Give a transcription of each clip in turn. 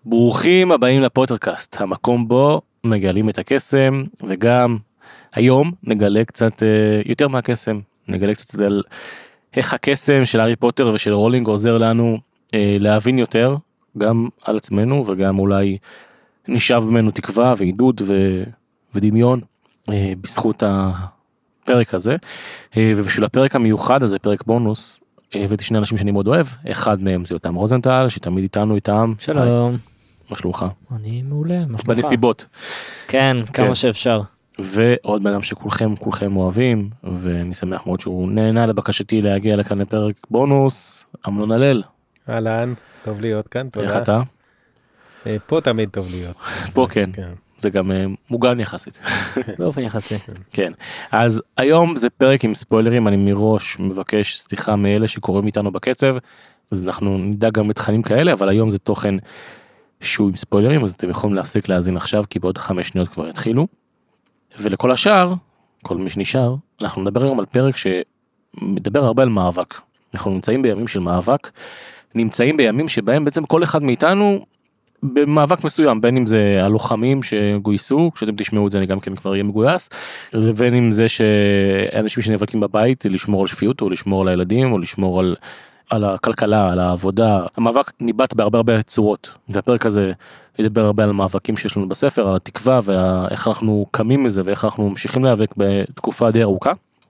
ברוכים הבאים לפוטרקאסט, המקום בו מגלים את הקסם, וגם היום נגלה קצת יותר מהקסם, נגלה קצת על איך הקסם של הארי פוטר ושל רולינג עוזר לנו להבין יותר, גם על עצמנו וגם אולי נשאב ממנו תקווה ועידוד ודמיון בזכות הפרק הזה. ובשביל הפרק המיוחד הזה, פרק בונוס, הבאתי שני אנשים שאני מאוד אוהב, אחד מהם זה יותם רוזנטל, שתמיד איתנו איתם. שלום. מה שלומך? אני מעולה, מה שלומך? בנסיבות. כן, כמה שאפשר. ועוד בן אדם שכולכם אוהבים, ואני שמח מאוד שהוא נהנה לבקשתי להגיע לכאן לפרק בונוס, אמנון הלל. אהלן, טוב להיות כאן, תודה. איך אתה? פה תמיד טוב להיות. פה כן. זה גם מוגן יחסית. באופן יחסי. כן. אז היום זה פרק עם ספוילרים, אני מראש מבקש סליחה מאלה שקוראים איתנו בקצב, אז אנחנו נדע גם בתכנים כאלה, אבל היום זה תוכן שהוא עם ספוילרים, אז אתם יכולים להפסיק להאזין עכשיו, כי בעוד 5 שניות כבר יתחילו. ולכל השאר, כל מי שנשאר, אנחנו נדבר היום על פרק שמדבר הרבה על מאבק. אנחנו נמצאים בימים של מאבק, נמצאים בימים שבהם בעצם כל אחד מאיתנו במאבק מסוים, בין אם זה הלוחמים שגויסו, כשאתם תשמעו את זה אני גם כן כבר אהיה מגויס, ובין אם זה שאנשים שנאבקים בבית, לשמור על שפיות, או לשמור על הילדים, או לשמור על הכלכלה, על העבודה. המאבק ניבט בהרבה צורות, והפרק הזה ידבר הרבה על המאבקים שיש לנו בספר, על התקווה, ואיך אנחנו קמים מזה, ואיך אנחנו ממשיכים להיאבק בתקופה די ארוכה.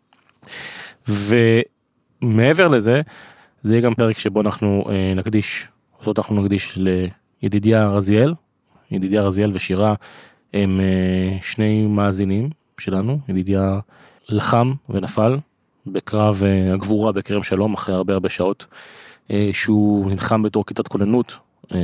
ומעבר לזה, זה יהיה גם פרק שבו אנחנו נקדיש ידידיה רזיאל ושירה, הם שני מאזינים שלנו. ידידיה לחם ונפל בקרב הגבורה בכרם שלום אחרי הרבה שעות, שהוא נלחם בתור כיתת כוננות,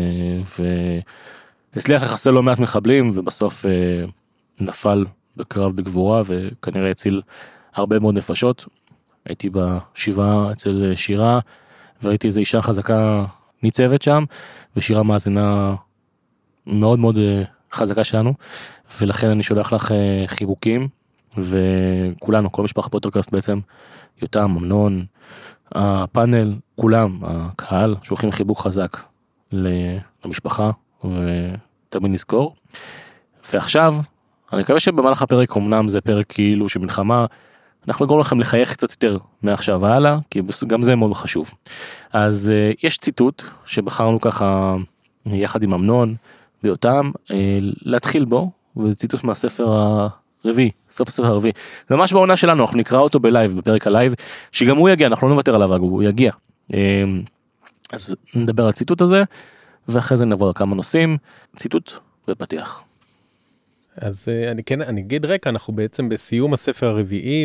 והצליח לחסל לא מעט מחבלים, ובסוף נפל בקרב בגבורה, וכנראה הציל הרבה מאוד נפשות. הייתי בשבעה אצל שירה, וראיתי איזו אישה חזקה ניצבת שם, ושירה מאזינה מאוד מאוד חזקה שלנו, ולכן אני שולח לך חיבוקים, וכולנו, כל משפחת פוטרקאסט בעצם, יותם, אמנון, הפאנל, כולם, הקהל, שולחים חיבוק חזק למשפחה, ותמיד נזכור. ועכשיו, אני מקווה שבמהלך הפרק, אמנם זה פרק כאילו שמלחמה, אנחנו נגרום לכם לחייך קצת יותר מעכשיו והלאה, כי גם זה מאוד חשוב. אז יש ציטוט שבחרנו ככה יחד עם אמנון ויותם להתחיל בו, וזה ציטוט מהספר הרביעי, סוף הספר הרביעי. זה ממש בעונה שלנו, אנחנו נקרא אותו בלייב, בפרק הלייב, שגם הוא יגיע, אנחנו לא נוותר עליו, הוא יגיע. אז נדבר על הציטוט הזה, ואחרי זה נעבור על כמה נושאים, ציטוט ופתיח. אז אני אגיד רקע, אנחנו בעצם בסיום הספר הרביעי,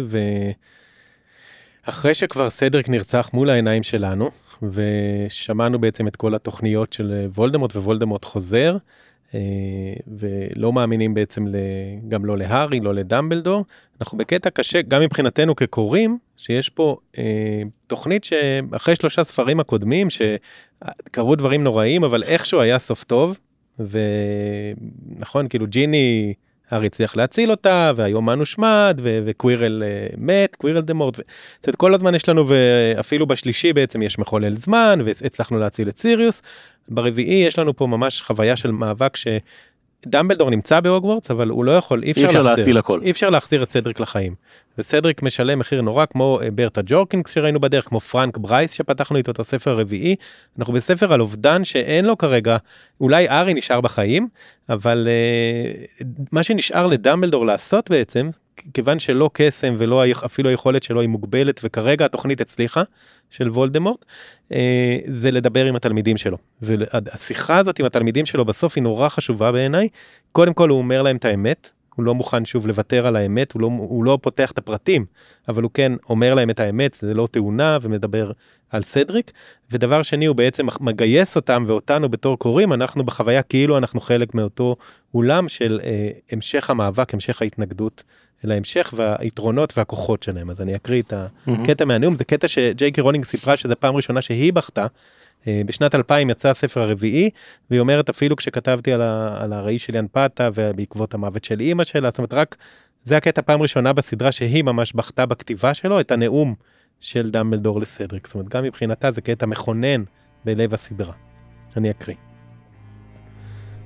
ואחרי שכבר סדריק נרצח מול העיניים שלנו, ושמענו בעצם את כל התוכניות של וולדמורט, ווולדמורט חוזר, ולא מאמינים בעצם גם לא להארי, לא לדמבלדור, אנחנו בקטע קשה, גם מבחינתנו כקוראים, שיש פה תוכנית שאחרי 3 ספרים הקודמים, שקרו דברים נוראים, אבל איכשהו היה סוף טוב, ונכון, כאילו ג'יני, הארי הצליח להציל אותה, והיומן הושמד, וקווירל מת, קווירל דמורט, כל הזמן יש לנו, ואפילו בשלישי בעצם יש מחולל זמן, והצלחנו להציל את סיריוס. ברביעי יש לנו פה ממש חוויה של מאבק שדמבלדור נמצא בהוגוורטס, אבל הוא לא יכול, אי אפשר להציל הכל. אי אפשר להחזיר את סדריק לחיים. וסדריק משלם מחיר נורא, כמו ברטה ג'ורקינגס שראינו בדרך, כמו פרנק ברייס שפתחנו איתו את הספר הרביעי. אנחנו בספר על אובדן שאין לו כרגע, אולי הארי נשאר בחיים, אבל מה שנשאר לדמבלדור לעשות בעצם, כיוון שלא קסם ולא אפילו היכולת שלו היא מוגבלת, וכרגע התוכנית הצליחה של וולדמורט, זה לדבר עם התלמידים שלו. והשיחה הזאת עם התלמידים שלו בסוף היא נורא חשובה בעיניי. קודם כל הוא אומר להם את האמת, הוא לא מוכן שוב לוותר על האמת, הוא לא פותח את הפרטים, אבל הוא כן אומר להם את האמת, זה לא תאונה, ומדבר על סדריק. ודבר שני, הוא בעצם מגייס אותם ואותנו בתור קוראים, אנחנו בחוויה כאילו אנחנו חלק מאותו אולם של המשך המאבק, המשך ההתנגדות אל ההמשך, והיתרונות והכוחות שלהם. אז אני אקריא את הקטע מהנאום, זה קטע שג'יי קי רולינג סיפרה שזה פעם ראשונה שהיא בכתה, בשנת 2000 יצא הספר הרביעי, והיא אומרת אפילו כשכתבתי על הראי של ינפתה, ובעקבות המוות של אמא שלה, זאת אומרת רק, זה הקטע פעם ראשונה בסדרה שהיא ממש בכתה בכתיבה שלו, את הנאום של דמבלדור לסדריק, זאת אומרת גם מבחינתה זה קטע מכונן בלב הסדרה. אני אקריא.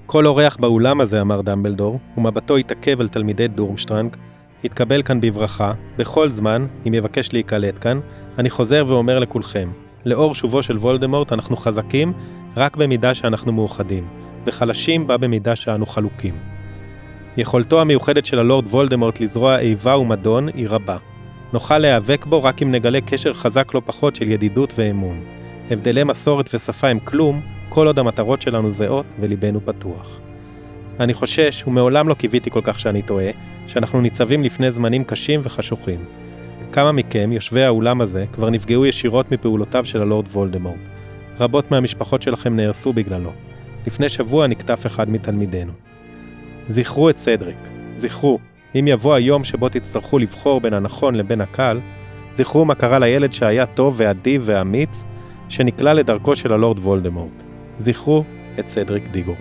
כל אורח באולם הזה, אמר דמבלדור, ומבטו התעכב על תלמידי דורמשטרנג, התקבל כאן בברכה, בכל זמן, אם יבקש להיקלט כאן, אני חוזר ואומר לכולכם, לאור שובו של וולדמורט אנחנו חזקים רק במידה שאנחנו מאוחדים, וחלשים בה במידה שאנו חלוקים. יכולתו המיוחדת של הלורד וולדמורט לזרוע איבה ומדון היא רבה. נוכל להיאבק בו רק אם נגלה קשר חזק לא פחות של ידידות ואמון. הבדלי מסורת ושפה הם כלום, כל עוד המטרות שלנו זהות וליבנו פתוח. אני חושש, ומעולם לא קיוויתי כל כך שאני טועה, שאנחנו ניצבים לפני זמנים קשים וחשוכים. כמה מכם, יושבי האולם הזה, כבר נפגעו ישירות מפעולותיו של הלורד וולדמורט. רבות מהמשפחות שלכם נהרסו בגללו. לפני שבוע נקטף אחד מתלמידינו. זכרו את סדריק. זכרו, אם יבוא היום שבו תצטרכו לבחור בין הנכון לבין הקל, זכרו מה קרה לילד שהיה טוב ואדיב ואמיץ, שנקלע לדרכו של הלורד וולדמורט. זכרו את סדריק דיגורי.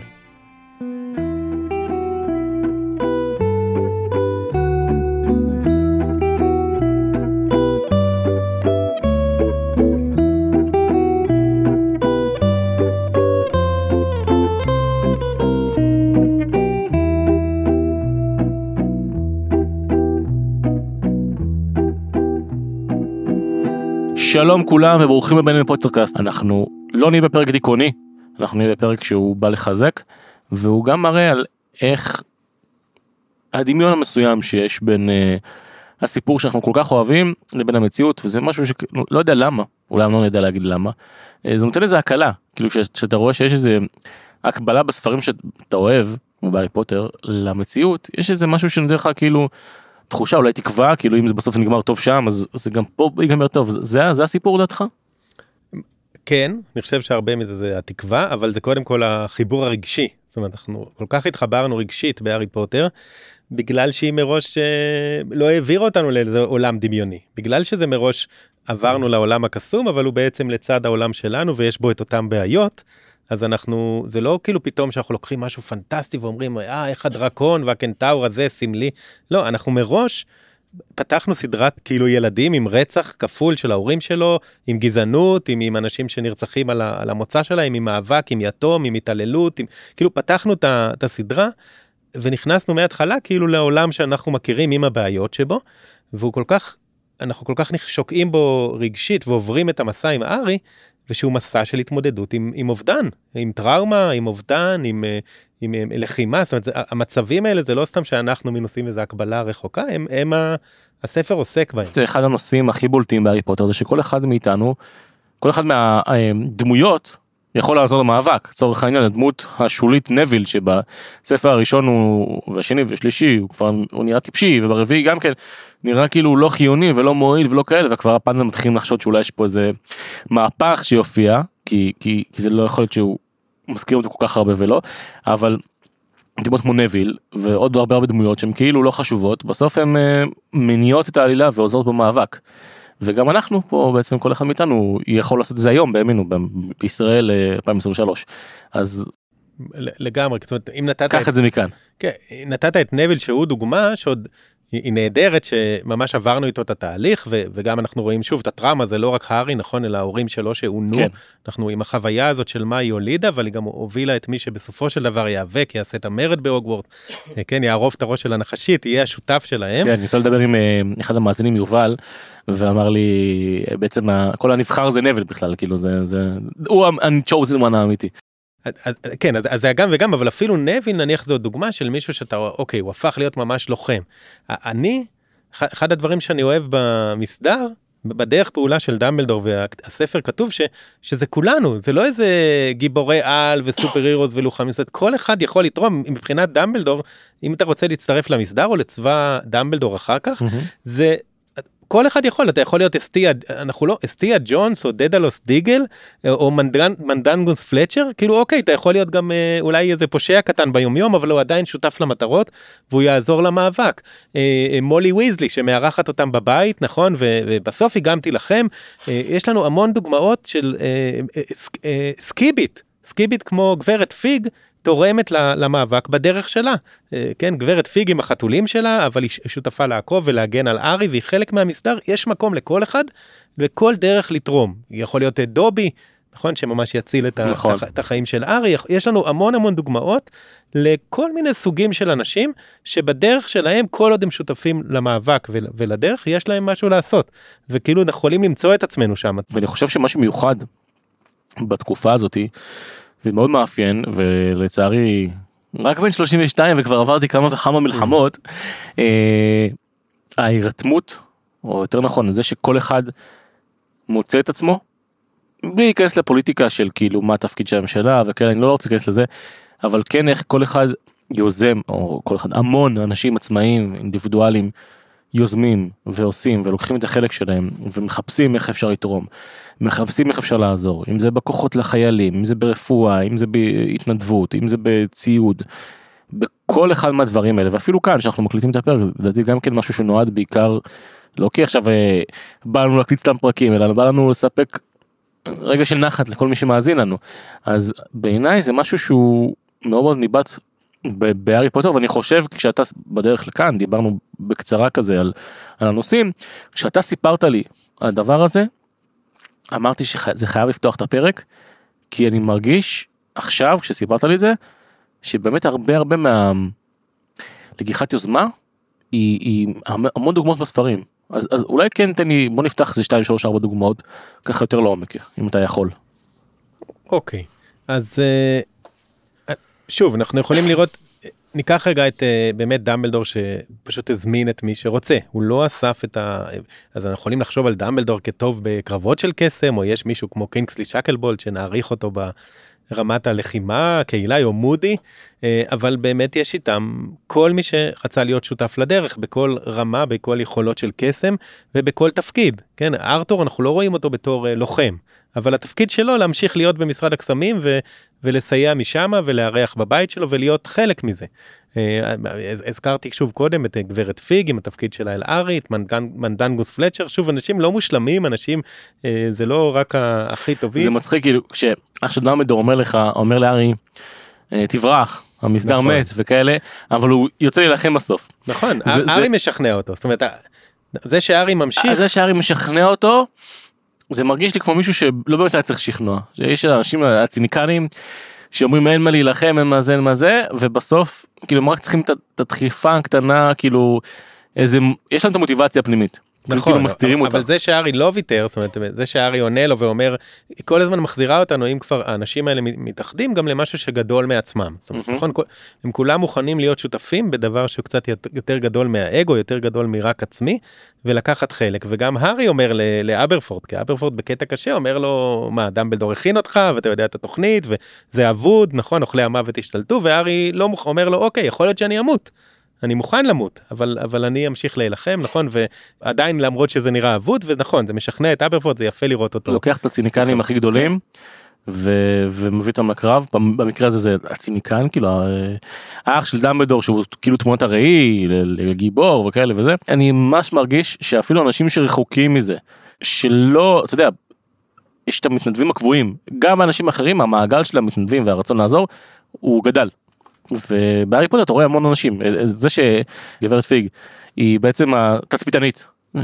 שלום כולם וברוכים הבאים לפודקאסט. אנחנו לא נהיה בפרק דיכאוני, אנחנו נהיה בפרק שהוא בא לחזק, והוא גם מראה על איך הדמיון המסוים שיש בין הסיפור שאנחנו כל כך אוהבים לבין המציאות, וזה משהו שלא יודע למה, אולי לא נדע להגיד למה, זה נותן איזה הקלה, כאילו כשאתה רואה שיש איזה הקבלה בספרים שאתה אוהב, כמו בהארי פוטר, למציאות, יש איזה משהו שנותן לך כאילו תחושה, אולי תקווה, כאילו אם זה בסוף נגמר טוב שם, אז זה גם פה ייגמר טוב. זה הסיפור לדעתך? כן, אני חושב שהרבה מזה זה התקווה, אבל זה קודם כל החיבור הרגשי. זאת אומרת, אנחנו כל כך התחברנו רגשית בהארי פוטר, בגלל שהיא מראש לא העבירה אותנו לאיזה עולם דמיוני. בגלל שזה מראש עברנו לעולם הקסום, אבל הוא בעצם לצד העולם שלנו, ויש בו את אותם בעיות, אז אנחנו, זה לא כאילו פתאום שאנחנו לוקחים משהו פנטסטי ואומרים, איך הדרקון והקנטאור הזה סמלי. לא, אנחנו מראש פתחנו סדרת כאילו ילדים עם רצח כפול של ההורים שלו, עם גזענות, עם אנשים שנרצחים על המוצא שלהם, עם מאבק, עם יתום, עם התעללות, כאילו פתחנו את הסדרה, ונכנסנו מההתחלה כאילו לעולם שאנחנו מכירים עם הבעיות שבו, אנחנו כל כך שוקעים בו רגשית ועוברים את המסע עם הארי, ושהוא מסע של התמודדות עם אובדן, עם טראומה, עם אובדן, עם לחימה. זאת אומרת, המצבים האלה זה לא סתם שאנחנו מנוסים איזו הקבלה רחוקה, הספר עוסק בהם. זה אחד הנושאים הכי בולטים בהארי פוטר, זה שכל אחד מאיתנו, כל אחד מהדמויות יכול לעזור למאבק. צורך העניין, הדמות השולית נביל שבספר הראשון והשני והשלישי, הוא נראה טיפשי, וברביעי גם כן נראה כאילו לא חיוני ולא מועיל ולא כאלה, וכבר הפעם מתחילים לחשוד שאולי יש פה איזה מהפך שיופיע, כי זה לא יכול להיות שהוא מזכיר אותו כל כך הרבה ולא, אבל דמות כמו נביל ועוד הרבה דמויות שהן כאילו לא חשובות, בסוף הן מניעות את העלילה ועוזרות במאבק. וגם אנחנו פה בעצם כל אחד מאיתנו יכול לעשות את זה היום בימינו בישראל 2023. אז לגמרי, זאת אומרת, אם נתת קח את זה מכאן. כן, נתת את נביל שהוא דוגמה שעוד היא נהדרת, שממש עברנו איתו את התהליך, וגם אנחנו רואים שוב את הטראומה, זה לא רק הארי, נכון, אלא ההורים שלו שעונו, כן. אנחנו עם החוויה הזאת של מה היא הולידה, אבל היא גם הובילה את מי שבסופו של דבר יאבק, יעשה את המרד בהוגוורט, כן, יערוף את הראש של הנחשית, יהיה השותף שלהם. כן, אני רוצה לדבר עם אחד המאזינים יובל, ואמר לי, בעצם כל הנבחר זה נבל בכלל, כאילו הוא ה-chosen one האמיתי. כן, אז זה גם וגם, אבל אפילו נביל נניח זו דוגמה של מישהו שאתה, אוקיי, הוא הפך להיות ממש לוחם. אחד הדברים שאני אוהב במסדר, בדרך פעולה של דמבלדור והספר כתוב שזה כולנו, זה לא איזה גיבורי על וסופר הירוס ולוחמים, כל אחד יכול לתרום מבחינת דמבלדור, אם אתה רוצה להצטרף למסדר או לצבא דמבלדור אחר כך, זה כל אחד יכול, אתה יכול להיות אסטיה ג'ונס או דדלוס דיגל או מנדנגוס פלצ'ר, כאילו אוקיי, אתה יכול להיות גם אולי איזה פושע קטן ביומיום, אבל הוא עדיין שותף למטרות והוא יעזור למאבק. מולי ויזלי שמארחת אותם בבית, נכון, ובסוף הגמתי לכם, יש לנו המון דוגמאות של סקיבית כמו גברת פיג, תורמת למאבק בדרך שלה, כן, גברת פיג עם החתולים שלה, אבל היא שותפה לעקוב ולהגן על הארי, והיא חלק מהמסדר, יש מקום לכל אחד, וכל דרך לתרום, יכול להיות דובי, נכון? שממש יציל נכון. את החיים של ארי. יש לנו המון דוגמאות לכל מיני סוגים של אנשים, שבדרך שלהם, כל עוד הם שותפים למאבק ולדרך, יש להם משהו לעשות. וכאילו יכולים למצוא את עצמנו שם. ואני חושב שמשהו מיוחד בתקופה הזאת, ומאוד מאפיין, ולצערי, רק בין 32 וכבר עברתי כמה וכמה מלחמות, ההירתמות, או יותר נכון, זה שכל אחד מוצא את עצמו, בלי להיכנס לפוליטיקה של כאילו מה התפקיד של הממשלה וכאלה, אני לא רוצה להיכנס לזה, אבל כן איך כל אחד יוזם, או כל אחד, המון אנשים עצמאיים, אינדיבידואלים, יוזמים ועושים ולוקחים את החלק שלהם ומחפשים איך אפשר לתרום, מחפשים איך אפשר לעזור, אם זה בכוחות לחיילים, אם זה ברפואה, אם זה בהתנדבות, אם זה בציוד, בכל אחד מהדברים האלה, ואפילו כאן שאנחנו מקליטים את הפרק, לדעתי גם כן משהו שנועד בעיקר, לא כי עכשיו בא לנו להקליט סתם פרקים, אלא בא לנו לספק רגע של נחת לכל מי שמאזין לנו, אז בעיניי זה משהו שהוא מאוד מאוד ניבט בהארי פוטר, ואני חושב כשאתה בדרך לכאן, דיברנו בקצרה כזה על הנושאים, כשאתה סיפרת לי על הדבר הזה, אמרתי שזה חייב לפתוח את הפרק, כי אני מרגיש עכשיו כשסיפרת לי את זה, שבאמת הרבה לקיחת יוזמה, היא המון דוגמאות בספרים, אז אולי כן תן לי, בוא נפתח זה 2, 3, 4 דוגמאות, ככה יותר לעומק, אם אתה יכול. אוקיי, אז שוב, אנחנו יכולים לראות, ניקח רגע את באמת דמבלדור שפשוט הזמין את מי שרוצה, הוא לא אסף אז אנחנו יכולים לחשוב על דמבלדור כטוב בקרבות של קסם, או יש מישהו כמו קינגסלי שקלבולט שנעריך אותו ברמת הלחימה, קהילה או מודי, אבל באמת יש איתם כל מי שרצה להיות שותף לדרך, בכל רמה, בכל יכולות של קסם, ובכל תפקיד, כן, ארתור אנחנו לא רואים אותו בתור לוחם, אבל התפקיד שלו להמשיך להיות במשרד הקסמים ולסייע משם ולארח בבית שלו ולהיות חלק מזה. הזכרתי שוב קודם את גברת פיג עם התפקיד שלה אל ארי, את מנדנגוס פלצ'ר, שוב אנשים לא מושלמים, אנשים זה לא רק הכי טובים. זה מצחיק כאילו כשאח של דמבלדור אומר לארי תברח, המסדר מת וכאלה, אבל הוא יוצא להילחם בסוף. נכון, ארי משכנע אותו, זאת אומרת זה שארי ממשיך. זה שארי משכנע אותו, זה מרגיש לי כמו מישהו שלא באמת היה צריך שכנוע, שיש אנשים הציניקנים שאומרים אין מה להילחם, אין מה זה, ובסוף כאילו הם רק צריכים את הדחיפה הקטנה, כאילו יש להם את המוטיבציה הפנימית. נכון, אבל זה שארי לא ויתר, זאת אומרת, זה שארי עונה לו ואומר, כל הזמן מחזירה אותנו, אם כבר האנשים האלה מתאחדים גם למשהו שגדול מעצמם. זאת אומרת, נכון, הם כולם מוכנים להיות שותפים בדבר שהוא קצת יותר גדול מהאגו, יותר גדול מרק עצמי, ולקחת חלק. וגם הארי אומר לאברפורד, כי אברפורד בקטע קשה אומר לו, מה, דמבלדור הכין אותך, ואתה יודע את התוכנית, וזה אבוד, נכון, אוכלי המוות השתלטו, והארי לא אומר לו, אוקיי, יכול להיות שאני אמות. אני מוכן למות, אבל אני אמשיך להילחם, נכון? ועדיין למרות שזה נראה אבוד, ונכון, זה משכנע את אברפורד, זה יפה לראות אותו. לוקח את הציניקנים הכי גדולים, ומביא אותם לקרב, במקרה הזה זה הציניקן, כאילו, האח של דמבלדור, שהוא כאילו תמונת הראי, לגיבור וכאלה וזה, אני ממש מרגיש שאפילו אנשים שרחוקים מזה, שלא, אתה יודע, יש את המתנדבים הקבועים, גם האנשים אחרים, המעגל של המתנדבים והרצון לעזור, הוא גדל. ובהארי פוטר אתה רואה המון אנשים, זה שגברת פיג היא בעצם התצפיתנית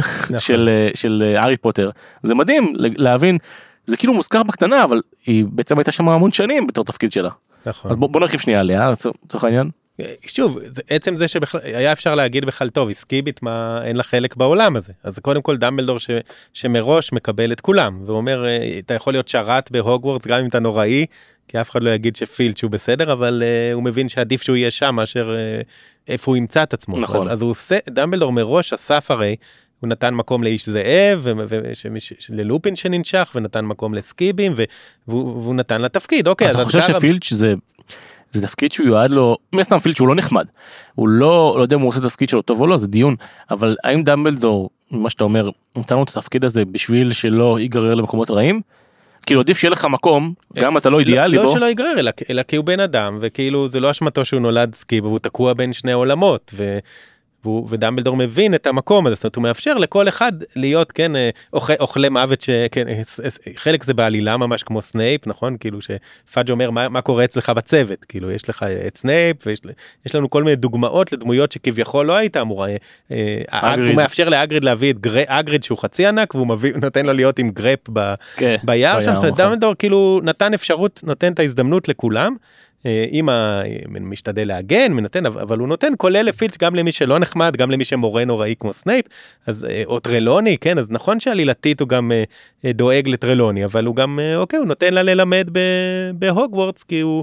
של הארי פוטר, זה מדהים להבין, זה כאילו מוזכר בקטנה, אבל היא בעצם הייתה שם המון שנים בתור תפקיד שלה. נכון. אז בוא נרחיב שנייה עליה, לצורך העניין. שוב, עצם זה שהיה אפשר להגיד בכלל טוב, הסקיבית מה אין לה חלק בעולם הזה, אז קודם כל דמבלדור שמראש מקבל את כולם, ואומר, אתה יכול להיות שרת בהוגוורטס גם אם אתה נוראי, כי אף אחד לא יגיד שפילץ' הוא בסדר, אבל הוא מבין שעדיף שהוא יהיה שם, מאשר איפה הוא ימצא את עצמו. נכון. אז הוא עושה, דמבלדור מראש אסף הרי, הוא נתן מקום לאיש זאב, ללופין שננשך, ונתן מקום לסקיבים, והוא נתן לתפקיד. אוקיי, אז אתה חושב שפילץ' זה תפקיד שהוא יועד לו, מסתם פילץ' הוא לא נחמד, הוא לא יודע אם הוא עושה תפקיד שלו טוב או לא, זה דיון, אבל האם דמבלדור, מה שאתה אומר, נתן לו את התפקיד הזה בשביל שלא ייגרר למקומות רעים? כאילו עדיף שיהיה לך מקום, גם אתה לא אידיאלי בו. לא שלא ייגרר, אלא כי הוא בן אדם, וכאילו זה לא אשמתו שהוא נולד סקיב, והוא תקוע בין שני עולמות, ודמבלדור מבין את המקום הזה, זאת אומרת, הוא מאפשר לכל אחד להיות, כן, אוכלי מוות, שכן, חלק זה בעלילה ממש כמו סנייפ, נכון? כאילו שפאג' אומר, מה קורה אצלך בצוות? כאילו, יש לך את סנייפ, ויש לנו כל מיני דוגמאות לדמויות שכביכול לא היית אמורה. הוא מאפשר לאגריד להביא את אגריד שהוא חצי ענק, והוא נותן לו להיות עם גרפ ביער שם, דמבלדור כאילו נתן אפשרות, נותן את ההזדמנות לכולם, אמא משתדל להגן, אבל הוא נותן כל אלה פילץ' גם למי שלא נחמד, גם למי שמורה נוראי כמו סנייפ, או טרלוני, כן, אז נכון שעלילתית הוא גם דואג לטרלוני, אבל הוא גם, אוקיי, הוא נותן לה ללמד בהוגוורטס, כי הוא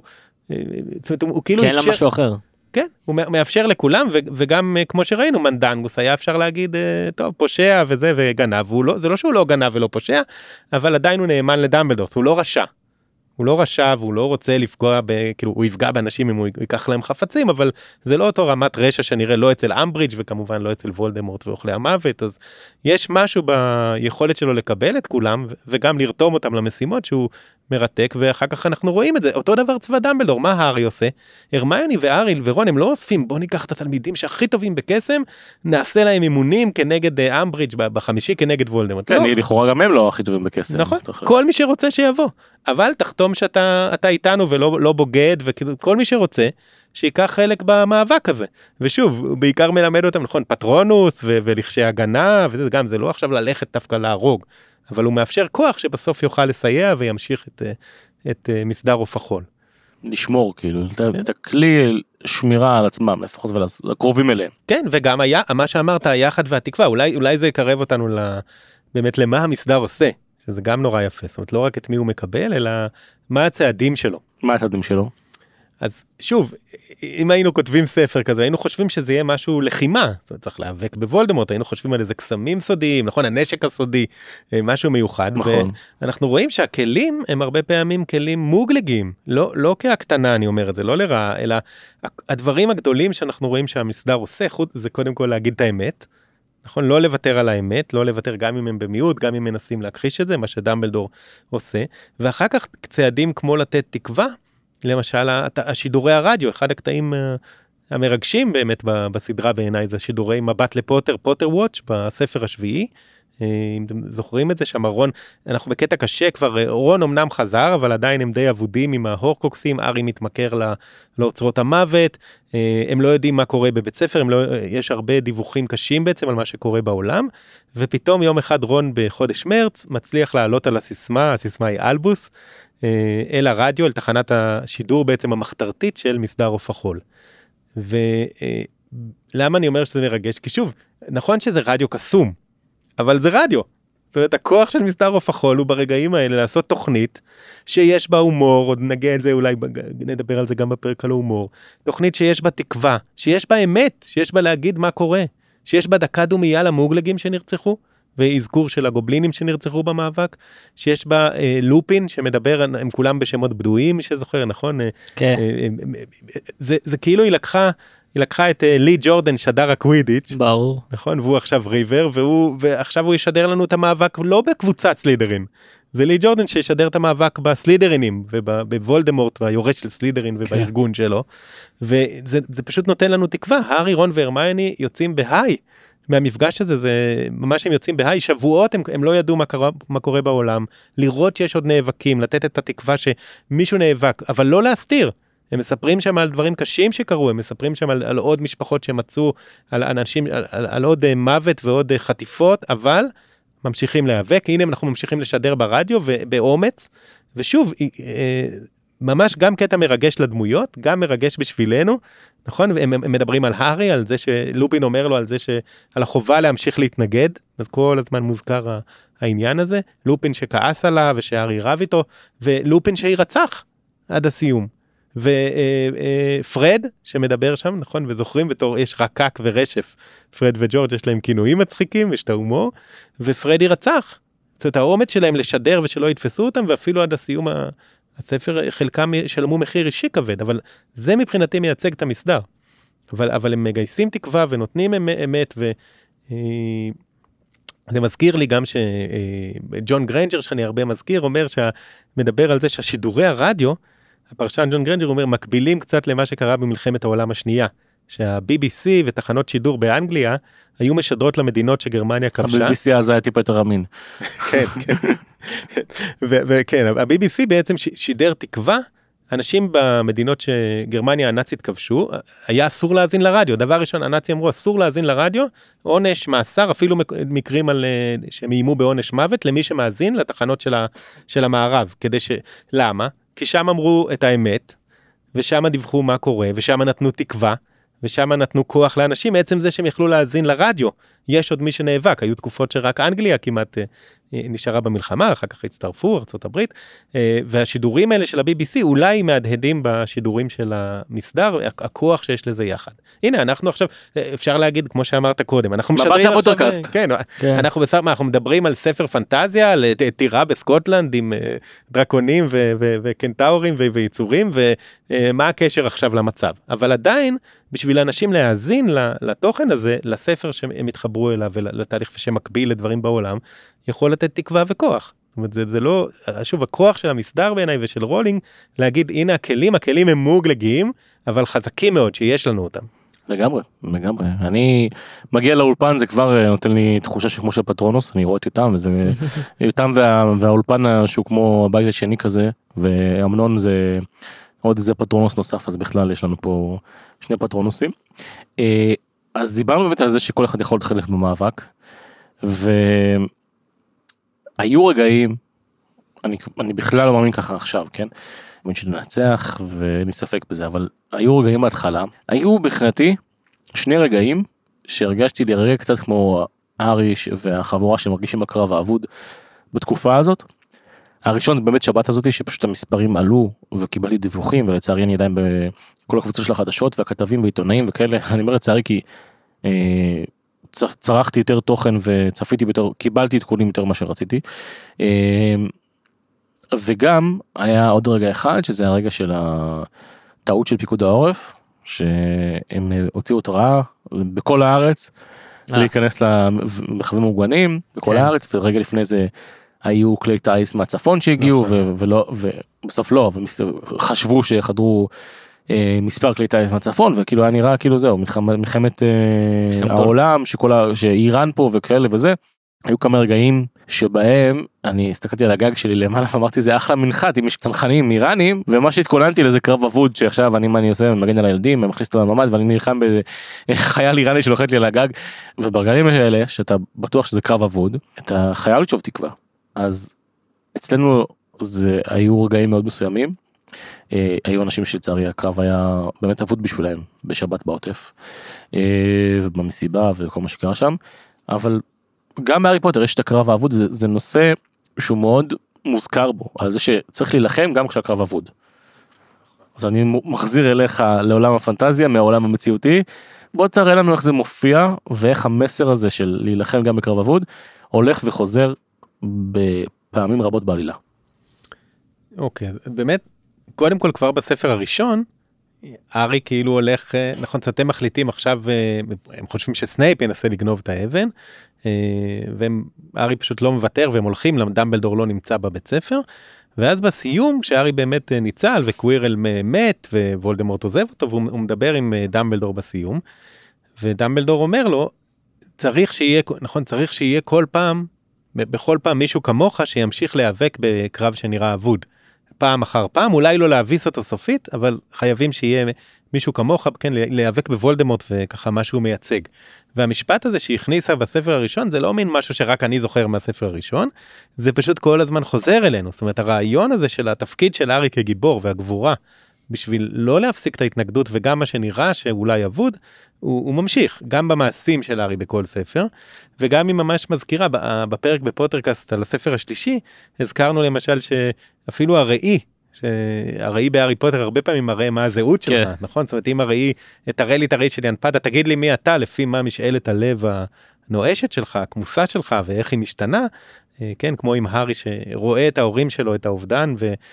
כאילו... כן, למשהו אחר. כן, הוא מאפשר לכולם, וגם כמו שראינו, מנדנגוס היה אפשר להגיד, טוב, פושע וזה, וגנב, זה לא שהוא לא גנב ולא פושע, אבל עדיין הוא נאמן לדמבלדור, הוא לא רשע. הוא לא רשע, והוא לא רוצה לפגוע, כאילו, הוא יפגע באנשים אם הוא ייקח להם חפצים, אבל זה לא אותו רמת רשע שנראה לא אצל אמברידג' וכמובן לא אצל וולדמורט ואוכלי המוות, אז יש משהו ביכולת שלו לקבל את כולם, וגם לרתום אותם למשימות שהוא מרתק, ואחר כך אנחנו רואים את זה. אותו דבר צבא דמבלדור, מה הארי עושה? הרמיוני והארי ורון הם לא אוספים, בוא ניקח את התלמידים שהכי טובים בקסם, נעשה להם אימונים כנגד אמברידג' בחמישי כנגד וולדמורט. כן, לכאורה גם הם לא הכי טובים בקסם. נכון, כל מי שרוצה שיבוא, אבל תחתום שאתה איתנו ולא בוגד, וכל מי שרוצה שיקח חלק במאבק הזה. ושוב, הוא בעיקר מלמד אותם, נכון, פטרונוס ולכשי הגנה, וזה גם, זה לא עכשיו ללכת דווקא להרוג, אבל הוא מאפשר כוח שבסוף יוכל לסייע וימשיך את מסדר עוף החול. לשמור, כאילו, את הכלי שמירה על עצמם, לפחות ולקרובים אליהם. כן, וגם היה, מה שאמרת, היחד והתקווה, אולי זה יקרב אותנו באמת למה המסדר עושה, שזה גם נורא יפה, זאת אומרת, לא רק את מי הוא מקבל, אלא מה הצעדים שלו. מה הצעדים שלו? אז שוב, אם היינו כותבים ספר כזה, היינו חושבים שזה יהיה משהו לחימה, זאת אומרת, צריך להיאבק בוולדמורט, היינו חושבים על איזה קסמים סודיים, נכון, הנשק הסודי, משהו מיוחד, נכון. ואנחנו רואים שהכלים הם הרבה פעמים כלים מוגלגים, לא כהקטנה אני אומר את זה, לא לרעה, אלא הדברים הגדולים שאנחנו רואים שהמסדר עושה, זה קודם כל להגיד את האמת, נכון, לא לוותר על האמת, לא לוותר גם אם הם במיעוט, גם אם מנסים להכחיש את זה, מה שדמבלדור עושה, ואחר כך צעדים כמו לתת תקווה, למשל, השידורי הרדיו, אחד הקטעים המרגשים באמת בסדרה בעיניי, זה שידורי מבט לפוטר, פוטר וואץ' בספר השביעי, אם אתם זוכרים את זה, שם רון, אנחנו בקטע קשה כבר, רון אמנם חזר, אבל עדיין הם די אבודים עם ההורקוקסים, ארי מתמכר לאוצרות המוות, הם לא יודעים מה קורה בבית ספר, יש הרבה דיווחים קשים בעצם על מה שקורה בעולם, ופתאום יום אחד רון בחודש מרץ, מצליח לעלות על הסיסמה היא אלבוס, אל הרדיו, אל תחנת השידור בעצם המחתרתית של מסדר עוף החול. ולמה אני אומר שזה מרגש? כי שוב, נכון שזה רדיו קסום, אבל זה רדיו. זאת אומרת, הכוח של מסדר עוף החול הוא ברגעים האלה לעשות תוכנית שיש בה הומור, עוד נגיע את זה, אולי נדבר על זה גם בפרק על ההומור, תוכנית שיש בה תקווה, שיש בה אמת, שיש בה להגיד מה קורה, שיש בה דקה דומייה למוגלגים שנרצחו, ואזכור של הגובלינים שנרצחו במאבק, שיש בה לופין שמדבר, הם כולם בשמות בדויים, שזוכר, נכון? כן. זה כאילו היא לקחה את לי ג'ורדן, שדר הקווידיץ'. ברור. נכון? והוא עכשיו ריבר, ועכשיו הוא ישדר לנו את המאבק לא בקבוצת סלידרין. זה לי ג'ורדן שישדר את המאבק בסלידרינים, ובוולדמורט והיורש של סלידרין ובארגון שלו. וזה פשוט נותן לנו תקווה. הארי, רון והרמיוני יוצאים בהיי. מהמפגש הזה, זה ממש הם יוצאים בהיי, שבועות הם לא ידעו מה קורה בעולם, לראות שיש עוד נאבקים, לתת את התקווה שמישהו נאבק, אבל לא להסתיר. הם מספרים שם על דברים קשים שקרו, הם מספרים שם על עוד משפחות שמצאו, על אנשים, על עוד מוות ועוד חטיפות, אבל ממשיכים להיאבק. הנה אנחנו ממשיכים לשדר ברדיו ובאומץ, ושוב, ממש גם קטע מרגש לדמויות, גם מרגש בשבילנו, נכון? הם מדברים על הארי, על זה שלופין אומר לו, על החובה להמשיך להתנגד, אז כל הזמן מוזכר העניין הזה, לופין שכעס עליו, ושהארי רב איתו, ולופין שירצח עד הסיום. ופרד שמדבר שם, נכון? וזוכרים בתור, יש רקק ורשף, פרד וג'ורג' יש להם כינויים מצחיקים, יש את ההומור, ופרד ירצח. זאת אומרת, האומץ שלהם לשדר ושלא יתפסו אותם, ואפילו עד הסיום הספר, חלקם שלמו מחיר אישי כבד, אבל זה מבחינתי מייצג את המסדר. אבל הם מגייסים תקווה ונותנים אמת, זה מזכיר לי גם שג'ון גרנג'ר, שאני הרבה מזכיר, אומר מדבר על זה שהשידורי הרדיו, הפרשן ג'ון גרנג'ר אומר, מקבילים קצת למה שקרה במלחמת העולם השנייה, שה-BBC ותחנות שידור באנגליה, היו משדרות למדינות שגרמניה כבשה. ה-BBC אז היה טיפה יותר אמין. כן, כן. וכן, ה-BBC בעצם שידר תקווה, אנשים במדינות שגרמניה הנאצית כבשו, היה אסור להאזין לרדיו. דבר ראשון, הנאצים אמרו, אסור להאזין לרדיו, עונש מאסר, אפילו מקרים שהם איימו בעונש מוות, למי שמאזין לתחנות של המערב. למה? כי שם אמרו את האמת, ושם דיווחו מה קורה, ושם נתנו תקווה, ושם נתנו כוח לאנשים, בעצם זה שהם יכלו להאזין לרדיו. יש עוד מי שנאבק, היו תקופות שרק אנגליה כמעט נשארה במלחמה, אחר כך הצטרפו ארצות הברית, והשידורים האלה של ה-BBC אולי מהדהדים בשידורים של המסדר, הכוח שיש לזה יחד. הנה, אנחנו עכשיו, אפשר להגיד, כמו שאמרת קודם, אנחנו משדרים עכשיו, כן, אנחנו מדברים על ספר פנטזיה, על טירה בסקוטלנד עם דרקונים וקנטאורים ויצורים, ומה הקשר עכשיו למצב. אבל עדיין, בשביל האנשים להאזין לתוכן הזה, לספר שהם התחברו אליו ולתהליך שמקביל לדברים בעולם, יכול לתת תקווה וכוח. זאת אומרת, זה לא, שוב, הכוח של המסדר בעיניי ושל רולינג, להגיד, הנה הכלים הם מוגלגיים, אבל חזקים מאוד שיש לנו אותם. לגמרי. אני מגיע לאולפן, זה כבר נותן לי תחושה שכמו של פטרונוס, אני רואה את איתם, איתם והאולפן שהוא כמו הבית השני כזה, ואמנון זה עוד איזה פטרונוס נוסף, אז בכלל יש לנו פה שני פטרונוסים. אז דיברנו באמת על זה שכל אחד יכול להיות חלק במאבק, והיו רגעים, אני בכלל לא מאמין ככה עכשיו, כן? אני מאמין שננצח ואין לי ספק בזה, אבל היו רגעים בהתחלה, היו בכנתי שני רגעים שהרגשתי לרגע קצת כמו הארי והחבורה שמרגישים הקרב האבוד בתקופה הזאת. הראשון באמת שבת הזאתי שפשוט המספרים עלו וקיבלתי דיווחים, ולצערי אני עדיין בכל הקבוצות של החדשות והכתבים ועיתונאים וכאלה, אני אומר לצערי כי צרכתי יותר תוכן וצפיתי יותר, קיבלתי עדכונים יותר מה שרציתי, וגם היה עוד רגע אחד שזה הרגע של הטעות של פיקוד העורף, שהם הוציאו התראה בכל הארץ להיכנס למרחבים מוגנים בכל הארץ, ורגע לפני זה היו כלי טייס מהצפון שהגיעו, ובסוף לא, חשבו שחדרו מספר כלי טייס מהצפון, וכאילו היה נראה כאילו זהו, מלחמת העולם, שאיראן פה וכאלה וזה. היו כמה רגעים שבהם אני הסתכלתי על הגג שלי למעלה ואמרתי זה אחלה מנחת אם יש צנחנים איראנים, ומה שהתכוננתי לזה קרב אבוד שעכשיו מה אני עושה, מגן על הילדים, מכניס אותו לממ"ד ואני נלחם בחייל איראני שלוחת לי על הגג, וברגעים האלה שאתה בטוח שזה קרב אבוד, אתה חייב לשוב תקווה. אז אצלנו היו רגעים מאוד מסוימים, היו אנשים שלצערי הקרב היה באמת אבוד בשבילהם בשבת בעוטף ובמסיבה וכל מה שקרה שם, אבל גם בהארי פוטר יש את הקרב האבוד, זה נושא שהוא מאוד מוזכר בו, על זה שצריך להילחם גם כשהקרב אבוד. אז אני מחזיר אליך לעולם הפנטזיה מהעולם המציאותי, בוא תראה לנו איך זה מופיע ואיך המסר הזה של להילחם גם בקרב אבוד הולך וחוזר בפעמים רבות בעלילה. אוקיי, באמת, קודם כל כבר בספר הראשון, הארי כאילו הולך, נכון, אתם מחליטים עכשיו, הם חושבים שסנייפ ינסה לגנוב את האבן, והארי פשוט לא מוותר, והם הולכים, דמבלדור לא נמצא בבית ספר, ואז בסיום, כשהארי באמת ניצל, וקווירל מת, ווולדמורט עוזב אותו, והוא מדבר עם דמבלדור בסיום, ודמבלדור אומר לו, צריך שיהיה כל פעם, בכל פעם מישהו כמוך שימשיך להיאבק בקרב שנראה אבוד. פעם אחר פעם, אולי לא להביס אותו סופית, אבל חייבים שיהיה מישהו כמוך, כן, להיאבק בוולדמורט וככה משהו מייצג. והמשפט הזה שהכניסה בספר הראשון, זה לא מין משהו שרק אני זוכר מהספר הראשון, זה פשוט כל הזמן חוזר אלינו. זאת אומרת, הרעיון הזה של התפקיד של הארי כגיבור והגבורה, בשביל לא להפסיק את ההתנגדות וגם מה שנראה שאולי אבוד, הוא ממשיך, גם במעשים של הארי בכל ספר, וגם היא ממש מזכירה, בפרק בפוטרקאסט על הספר השלישי, הזכרנו למשל שאפילו הראי בהארי פוטר הרבה פעמים מראה מה הזהות שלך, נכון? זאת אומרת, אם הראי, תראה לי את הראי של ינפדה, תגיד לי מי אתה, לפי מה משאלת הלב הנואשת שלך, הכמוסה שלך, ואיך היא משתנה, כן, כמו עם הארי שרואה את ההורים שלו, את האובדן,